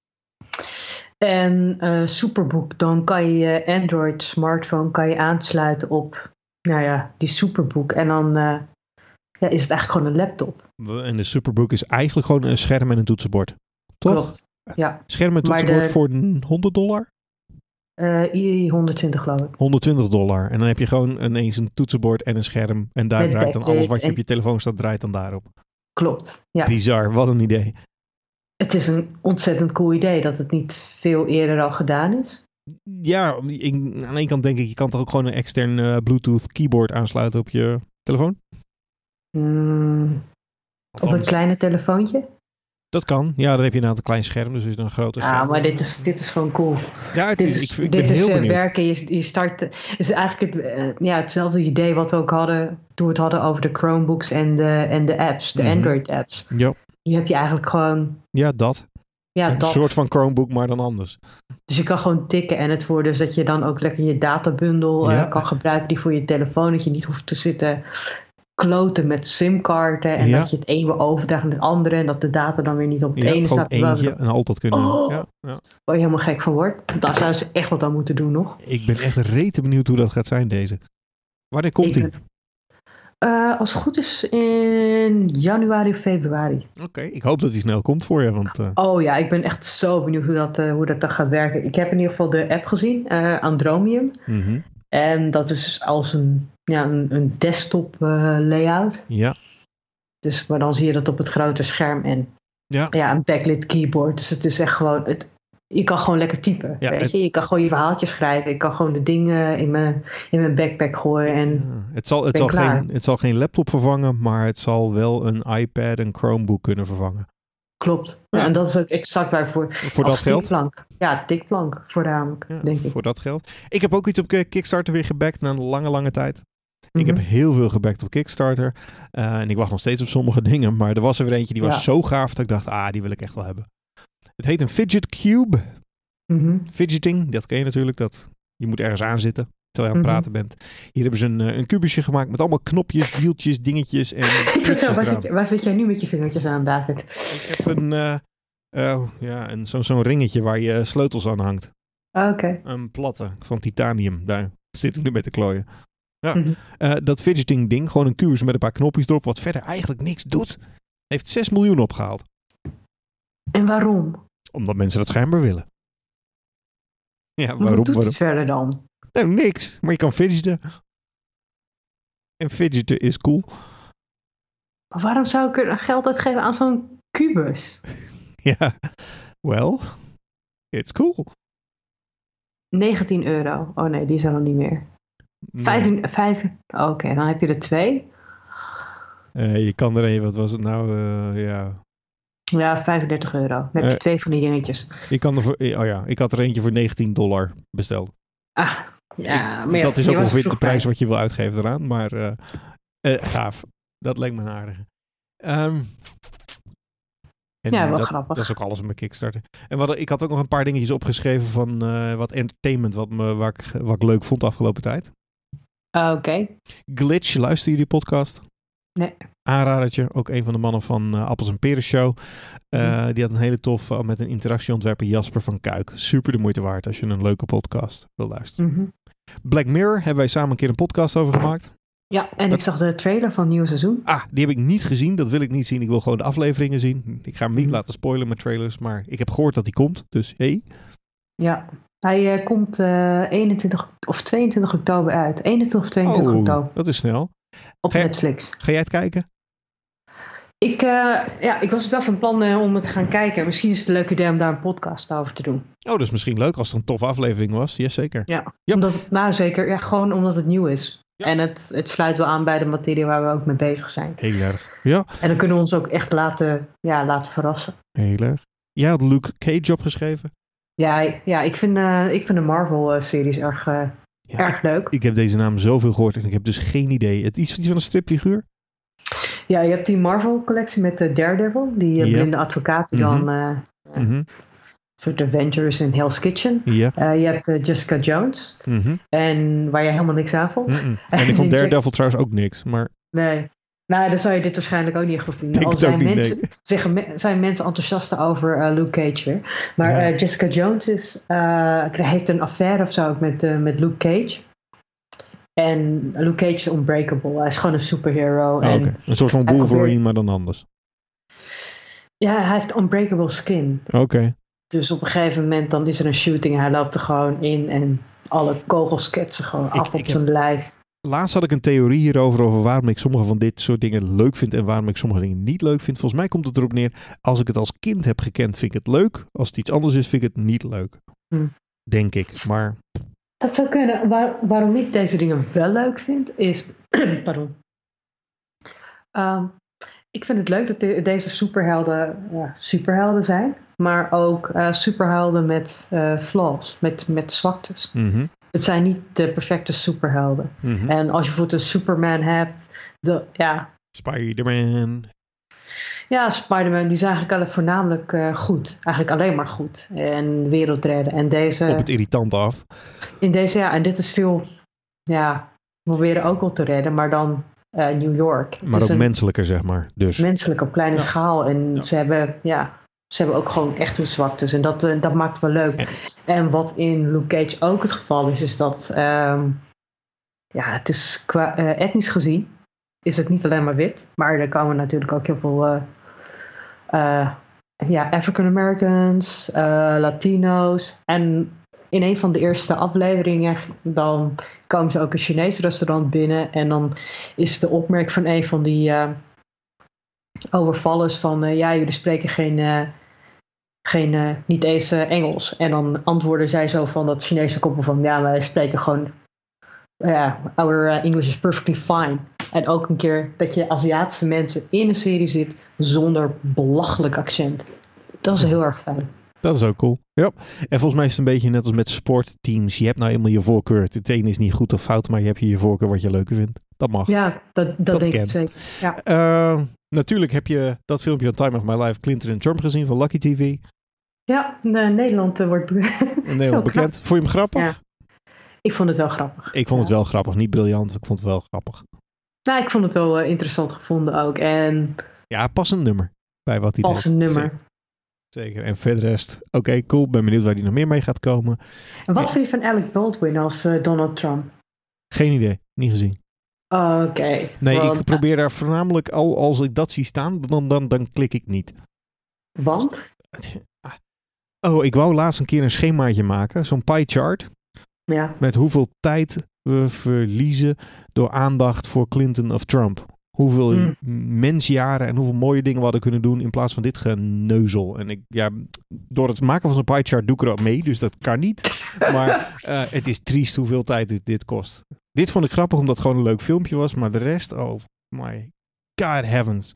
En uh, Superbook, dan kan je je Android smartphone kan je aansluiten op nou ja, die Superbook. En dan uh, ja, is het eigenlijk gewoon een laptop. En de Superbook is eigenlijk gewoon een scherm en een toetsenbord. Toch? Klopt, ja. Scherm en toetsenbord de, voor honderd dollar? Uh, honderdtwintig geloof ik. honderdtwintig dollar. En dan heb je gewoon ineens een toetsenbord en een scherm. En daar Met draait dan alles wat je en... op je telefoon staat, draait dan daarop. Klopt, ja. Bizar, wat een idee. Het is een ontzettend cool idee dat het niet veel eerder al gedaan is. Ja, ik, aan de ene kant denk ik, je kan toch ook gewoon een extern uh, Bluetooth keyboard aansluiten op je telefoon? Mm, op een kleine telefoontje? Dat kan. Ja, dan heb je inderdaad een klein scherm, dus is een groter scherm. Ah, maar dit is, dit is gewoon cool. Ja, het dit is, is, ik, ik dit ben is heel uh, benieuwd. werken, je, je start, het is eigenlijk het, uh, ja, hetzelfde idee wat we ook hadden toen we het hadden over de Chromebooks en de, en de apps, de mm-hmm. Android apps. Ja. Die heb je eigenlijk gewoon... Ja, dat. Ja, een dat. soort van Chromebook, maar dan anders. Dus je kan gewoon tikken en het voor dus dat je dan ook lekker je databundel ja. uh, kan gebruiken die voor je telefoon. Dat je niet hoeft te zitten kloten met simkaarten en ja. dat je het een wil overdragen naar het andere en dat de data dan weer niet op het ja, ene staat. Eentje en altijd kunnen. Oh, ja, ja. Waar je helemaal gek van wordt. Daar zouden ze echt wat aan moeten doen nog. Ik ben echt rete benieuwd hoe dat gaat zijn deze. Wanneer komt die? Uh, als het goed is in januari of februari. Oké, okay, ik hoop dat die snel komt voor je. Want, uh... Oh ja, ik ben echt zo benieuwd hoe dat, uh, hoe dat dan gaat werken. Ik heb in ieder geval de app gezien, uh, Andromium. Mm-hmm. En dat is als een, ja, een, een desktop uh, layout. Ja. Dus, maar dan zie je dat op het grote scherm en ja. Ja, een backlit keyboard. Dus het is echt gewoon... Het, je kan gewoon lekker typen, ja, weet het... je. Je kan gewoon je verhaaltjes schrijven. Ik kan gewoon de dingen in mijn, in mijn backpack gooien en ja, het zal, het, zal geen, het zal geen laptop vervangen, maar het zal wel een iPad, een Chromebook kunnen vervangen. Klopt. Ja. Ja, en dat is ook exact waarvoor. Voor dat geld? Tikplank. Ja, tikplank voornamelijk, ja, denk ik. Voor dat geld. Ik heb ook iets op Kickstarter weer gebackt na een lange, lange tijd. Mm-hmm. Ik heb heel veel gebackt op Kickstarter. Uh, en ik wacht nog steeds op sommige dingen. Maar er was er weer eentje die was ja. zo gaaf dat ik dacht, ah, die wil ik echt wel hebben. Het heet een Fidget Cube. Mm-hmm. Fidgeting, dat ken je natuurlijk. Dat je moet ergens aan zitten terwijl je aan het mm-hmm. praten bent. Hier hebben ze een, een kubusje gemaakt met allemaal knopjes, wieltjes, dingetjes. En zo, waar, zit, waar zit jij nu met je vingertjes aan, David? Ik heb een, uh, uh, ja, een, zo, zo'n ringetje waar je sleutels aan hangt. Oké. Okay. Een platte van titanium. Daar zit ik nu mee te klooien. Ja, mm-hmm. uh, dat fidgeting ding, gewoon een kubus met een paar knopjes erop, wat verder eigenlijk niks doet, heeft zes miljoen opgehaald. En waarom? Omdat mensen dat schijnbaar willen. Ja, waarom? Wat doet waarom? het verder dan? Nou, niks. Maar je kan fidgeten. En fidgeten is cool. Maar waarom zou ik er geld uitgeven aan zo'n kubus? Ja, well, it's cool. negentien euro. Oh nee, die is er nog niet meer. Nee. Vijf, vijf, Oké, okay, dan heb je er twee. Uh, je kan er een, wat was het nou? Uh, ja. ja, vijfendertig euro. Dan heb je uh, twee van die dingetjes. Je kan er voor, oh ja, ik had er eentje voor negentien dollar besteld. Ah, ja. Ik, maar ja, dat is ook ongeveer de prijs bij. Wat je wil uitgeven eraan. Maar uh, uh, gaaf. Dat lijkt me een aardige. Um, En ja, wel dat, grappig. Dat is ook alles met Kickstarter. En wat, ik had ook nog een paar dingetjes opgeschreven van uh, wat entertainment, wat, me, wat, ik, wat ik leuk vond de afgelopen tijd. Uh, Oké. Okay. Glitch, luister je die podcast? Nee. Aanradertje, ook een van de mannen van uh, Appels en Peren Show. Uh, mm. Die had een hele tof uh, met een interactieontwerper Jasper van Kuik. Super de moeite waard als je een leuke podcast wil luisteren. Mm-hmm. Black Mirror hebben wij samen een keer een podcast over gemaakt. Ja, en dat... ik zag de trailer van het nieuwe seizoen. Ah, die heb ik niet gezien. Dat wil ik niet zien. Ik wil gewoon de afleveringen zien. Ik ga hem niet mm. laten spoilen met trailers. Maar ik heb gehoord dat hij komt. Dus hey. Ja, hij uh, komt uh, eenentwintig of tweeëntwintig oktober uit. eenentwintig of tweeëntwintig oh, oktober. Dat is snel. Op ga Netflix. Je, ga jij het kijken? Ik, uh, ja, ik was wel van plan uh, om het te gaan kijken. Misschien is het een leuk idee om daar een podcast over te doen. Oh, dat is misschien leuk als het een toffe aflevering was. Ja, zeker. Ja, yep. omdat, nou zeker. Ja, gewoon omdat het nieuw is. Ja. En het, het sluit wel aan bij de materie waar we ook mee bezig zijn. Heel erg, ja. En dan kunnen we ons ook echt laten, ja, laten verrassen. Heel erg. Jij had Luke Cage opgeschreven? Ja, ja ik, vind, uh, ik vind de Marvel-series erg, uh, ja, erg leuk. Ik heb deze naam zoveel gehoord en ik heb dus geen idee. Het iets, iets van een stripfiguur? Ja, je hebt die Marvel-collectie met de Daredevil. Die uh, blinde ja. advocaat die mm-hmm. dan... Uh, mm-hmm. soort Avengers in Hell's Kitchen. Ja. Uh, je hebt uh, Jessica Jones. Mm-hmm. En waar je helemaal niks aan vond. Mm-mm. En ik vond Daredevil Jack... trouwens ook niks. Maar... Nee. Nou, dan zou je dit waarschijnlijk ook niet goed vinden. Al zijn, niet, mensen, nee. zeggen, zijn mensen enthousiast over uh, Luke Cage weer. Maar ja. uh, Jessica Jones is, uh, heeft een affaire of zo met, uh, met Luke Cage. En Luke Cage is unbreakable. Hij is gewoon een superhero. Oh, en okay. Een soort van Wolverine, probeert... maar dan anders. Ja, hij heeft unbreakable skin. Oké. Okay. Dus op een gegeven moment dan is er een shooting en hij loopt er gewoon in en alle kogels ketsen gewoon af ik, op ik zijn heb... lijf. Laatst had ik een theorie hierover over waarom ik sommige van dit soort dingen leuk vind en waarom ik sommige dingen niet leuk vind. Volgens mij komt het erop neer, als ik het als kind heb gekend vind ik het leuk. Als het iets anders is vind ik het niet leuk. Hm. Denk ik, maar... Dat zou kunnen. Waar, waarom ik deze dingen wel leuk vind is... Pardon. Um, ik vind het leuk dat de, deze superhelden ja, superhelden zijn. Maar ook uh, superhelden met uh, flaws, met, met zwaktes. Mm-hmm. Het zijn niet de perfecte superhelden. Mm-hmm. En als je bijvoorbeeld een Superman hebt, de, ja... Spider-Man. Ja, Spider-Man, die is eigenlijk alle voornamelijk uh, goed. Eigenlijk alleen maar goed. En wereld redden. En deze... Op het irritant af. In deze, ja, en dit is veel... Ja, we proberen ook wel te redden, maar dan uh, New York. Maar ook een, menselijker, zeg maar. Dus. Menselijk op kleine ja. schaal. En ja. ze hebben, ja... Ze hebben ook gewoon echt hun zwaktes. En dat, uh, dat maakt het wel leuk. En, en wat in Luke Cage ook het geval is, is dat... Um, ja, het is qua uh, etnisch gezien... is het niet alleen maar wit. Maar er komen natuurlijk ook heel veel... Uh, uh, ja, African Americans, uh, Latino's. En in een van de eerste afleveringen... dan komen ze ook een Chinees restaurant binnen. En dan is de opmerking van een van die... Uh, overvallers van... Uh, ja, jullie spreken geen... Uh, geen uh, niet eens uh, Engels. En dan antwoorden zij zo van dat Chinese koppel van... ja, wij spreken gewoon... ja, uh, our uh, English is perfectly fine. En ook een keer dat je Aziatische mensen in een serie zit... zonder belachelijk accent. Dat is heel erg fijn. Dat is ook cool. Ja. En volgens mij is het een beetje net als met sportteams. Je hebt nou eenmaal je voorkeur. Het ene is niet goed of fout... maar je hebt je voorkeur wat je leuker vindt. Dat mag. Ja, dat, dat, dat denk ik zeker. Ja. Uh, natuurlijk heb je dat filmpje van Time of My Life... Clinton en Trump gezien van Lucky T V. Ja, in Nederland uh, wordt be- in Nederland bekend. Vond je hem grappig? Ja. Ik vond het wel grappig. Ik vond ja. het wel grappig. Niet briljant, ik vond het wel grappig. Nou, ik vond het wel uh, interessant gevonden ook. En... Ja, passend nummer. Bij wat hij Passend deed. nummer. Zeker. En verder rest, oké, okay, cool. Ben benieuwd waar hij nog meer mee gaat komen. En wat en... vind je van Alec Baldwin als uh, Donald Trump? Geen idee. Niet gezien. Oké. Okay, nee, want, ik probeer daar voornamelijk al als ik dat zie staan, dan, dan, dan klik ik niet. Want? Oh, ik wou laatst een keer een schemaatje maken. Zo'n pie chart. Ja. Met hoeveel tijd we verliezen door aandacht voor Clinton of Trump. Hoeveel mm. mensjaren en hoeveel mooie dingen we hadden kunnen doen in plaats van dit geneuzel. En ik, ja, door het maken van zo'n pie chart doe ik er ook mee, dus dat kan niet. Maar uh, het is triest hoeveel tijd dit, dit kost. Dit vond ik grappig omdat het gewoon een leuk filmpje was, maar de rest, oh my God heavens.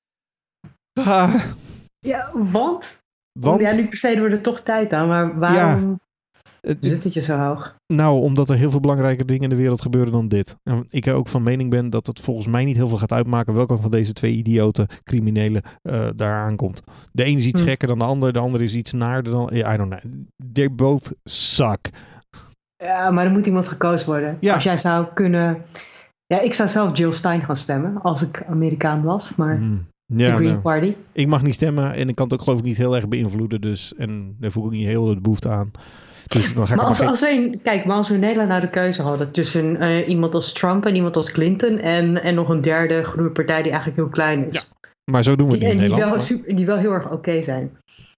Ah, Ja, want? want Ja, nu besteden we er toch tijd aan, maar waarom ja, het- zit het je zo hoog? Nou, omdat er heel veel belangrijke dingen in de wereld gebeuren dan dit. En ik ook van mening ben dat het volgens mij niet heel veel gaat uitmaken welke van deze twee idiote criminelen uh, daar aankomt. De een is iets Hm. gekker dan de ander, de ander is iets naarder dan... I don't know. They both suck. Ja, maar er moet iemand gekozen worden. Ja. Als jij zou kunnen... Ja, ik zou zelf Jill Stein gaan stemmen, als ik Amerikaan was, maar Hmm. de Ja, Green nou, Party. ik mag niet stemmen en ik kan het ook geloof ik niet heel erg beïnvloeden. Dus, en daar voel ik niet heel de behoefte aan. Dus dan ga ik Maar er als, maar als we in, kijk, maar als we in Nederland nou de keuze hadden tussen uh, iemand als Trump en iemand als Clinton en, en nog een derde groene partij die eigenlijk heel klein is. Ja, maar zo doen we het Die, niet in en die Nederland. wel, super, die wel heel erg oké okay zijn.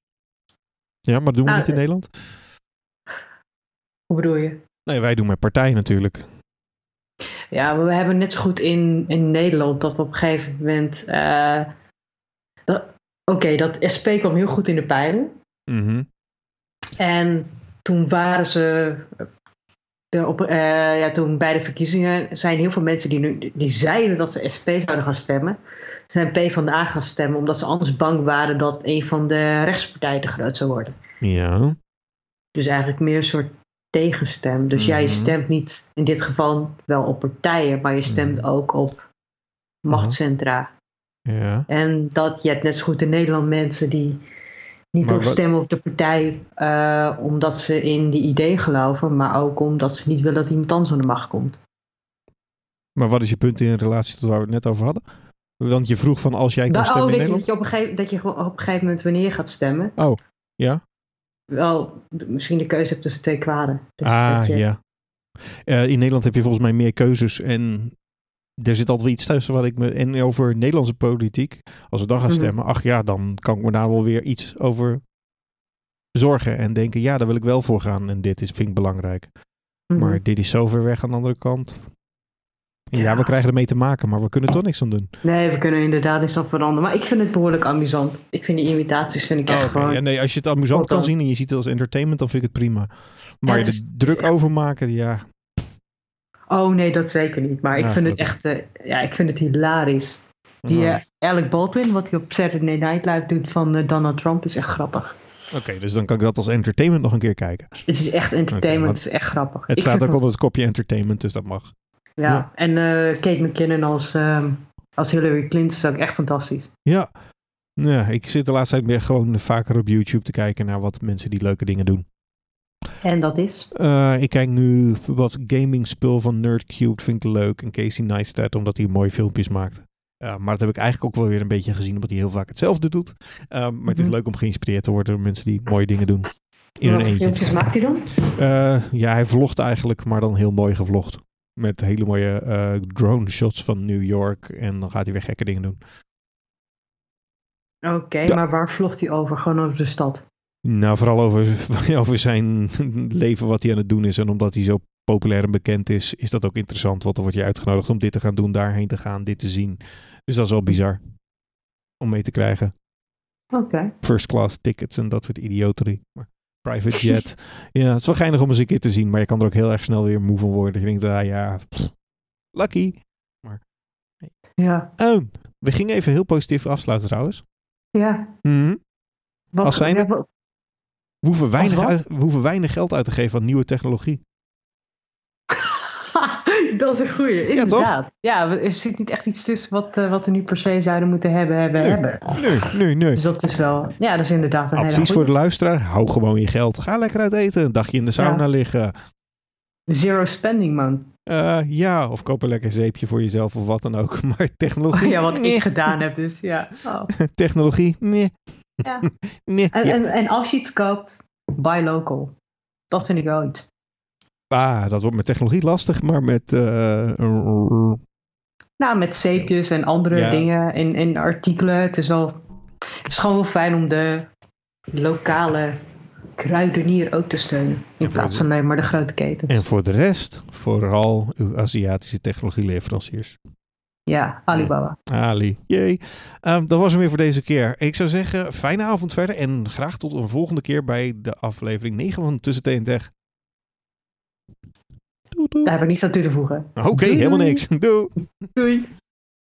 Ja, maar doen we Nou, niet in Nederland? Hoe bedoel je? Nee, wij doen met partijen natuurlijk. Ja, maar we hebben net zo goed in, in Nederland dat op een gegeven moment... Uh, Oké, okay, dat S P kwam heel goed in de pijlen. Mm-hmm. En toen waren ze... De op, uh, ja, toen bij de verkiezingen zijn heel veel mensen die nu die zeiden dat ze S P zouden gaan stemmen. Zijn PvdA gaan stemmen omdat ze anders bang waren dat een van de rechtspartijen te groot zou worden. Ja. Dus eigenlijk meer een soort tegenstem. Dus Mm-hmm. jij stemt niet in dit geval wel op partijen, maar je stemt mm-hmm. ook op machtscentra. Ja. En dat je hebt net zo goed in Nederland mensen die niet op stemmen op de partij uh, omdat ze in die idee geloven, maar ook omdat ze niet willen dat iemand anders aan de macht komt. Maar wat is je punt in relatie tot waar we het net over hadden? Want je vroeg van als jij kan stemmen oh, in weet Nederland? Je, dat, je op een gegeven, dat je op een gegeven moment wanneer je gaat stemmen. Oh, ja? Wel, misschien de keuze hebt tussen twee kwaden. Dus ah, je... ja. Uh, in Nederland heb je volgens mij meer keuzes en er zit altijd wel iets tussen wat ik me... En over Nederlandse politiek, als we dan gaan stemmen, mm-hmm. ach ja, dan kan ik me daar wel weer iets over zorgen en denken, ja, daar wil ik wel voor gaan en dit is, vind ik belangrijk. Mm-hmm. Maar dit is zo ver weg aan de andere kant. Ja, ja, we krijgen ermee te maken, maar we kunnen er toch niks aan doen. Nee, we kunnen inderdaad niks aan veranderen. Maar ik vind het behoorlijk amusant. Ik vind die imitaties vind ik echt oh, okay. gewoon... Ja, nee, als je het amusant kan zien en je ziet het als entertainment, dan vind ik het prima. Maar ja, het is, er druk ja. over maken, ja... Oh nee, dat zeker niet. Maar ik ja, vind het echt, uh, ja, ik vind het hilarisch. Die uh, Alec Baldwin, wat hij op Saturday Night Live doet van uh, Donald Trump, is echt grappig. Oké, okay, dus dan kan ik dat als entertainment nog een keer kijken. Het is echt entertainment, okay, het is echt grappig. Het ik staat ook onder het kopje entertainment, dus dat mag. Ja, ja. en uh, Kate McKinnon als, uh, als Hillary Clinton is ook echt fantastisch. Ja. ja, ik zit de laatste tijd meer gewoon vaker op YouTube te kijken naar wat mensen die leuke dingen doen. En dat is? Uh, ik kijk nu wat gaming spul van Nerdcube, vind ik leuk. En Casey Neistat, omdat hij mooie filmpjes maakt. Uh, maar dat heb ik eigenlijk ook wel weer een beetje gezien, omdat hij heel vaak hetzelfde doet. Uh, maar mm-hmm. het is leuk om geïnspireerd te worden door mensen die mooie dingen doen. In wat voor filmpjes maakt hij dan? Uh, ja, hij vlogt eigenlijk, maar dan heel mooi gevlogd. Met hele mooie uh, drone shots van New York. En dan gaat hij weer gekke dingen doen. Oké, okay, ja. Maar waar vlogt hij over? Gewoon over de stad? Nou, vooral over, over zijn leven, wat hij aan het doen is. En omdat hij zo populair en bekend is, is dat ook interessant. Want dan word je uitgenodigd om dit te gaan doen, daarheen te gaan, dit te zien. Dus dat is wel bizar om mee te krijgen. Oké. Okay. First class tickets en dat soort idioterie. Maar private jet. Ja, het is wel geinig om eens een keer te zien. Maar je kan er ook heel erg snel weer moe van worden. Je denkt, ah ja, pff, lucky. Maar, nee. Ja. Um, we gingen even heel positief afsluiten trouwens. Ja. Mm-hmm. Wat, Als zijnde, ja, wat? We hoeven, weinig uit, we hoeven weinig geld uit te geven aan nieuwe technologie. Dat is een goeie, inderdaad. Ja, ja, er zit niet echt iets tussen wat, uh, wat we nu per se zouden moeten hebben, hebben, nee, hebben. Nee, nee, nee. Dus dat is wel, ja, dat is inderdaad een advies voor de luisteraar, hou gewoon je geld. Ga lekker uit eten, een dagje in de sauna ja. liggen. Zero spending, man. Uh, ja, of koop een lekker zeepje voor jezelf of wat dan ook. Maar technologie... Oh, ja, wat nee. ik gedaan heb, dus ja. Oh. Technologie, nee. Ja. nee. En, ja. en, en als je iets koopt, buy local. Dat vind ik wel iets. Ah, dat wordt met technologie lastig, maar met... Uh, uh, nou, met zeepjes en andere ja. dingen en, en artikelen. Het is wel... Het is gewoon wel fijn om de lokale kruidenier ook te steunen. In plaats de, van alleen maar de grote ketens. En voor de rest, vooral uw Aziatische technologieleveranciers. Ja, Alibaba. Ali, jee. Um, dat was hem weer voor deze keer. Ik zou zeggen, fijne avond verder en graag tot een volgende keer bij de aflevering negen van Tussen Thee en Tech. Doei, doei. Daar heb ik niets aan toe te voegen. Oké, okay, helemaal niks. Doei. Doei.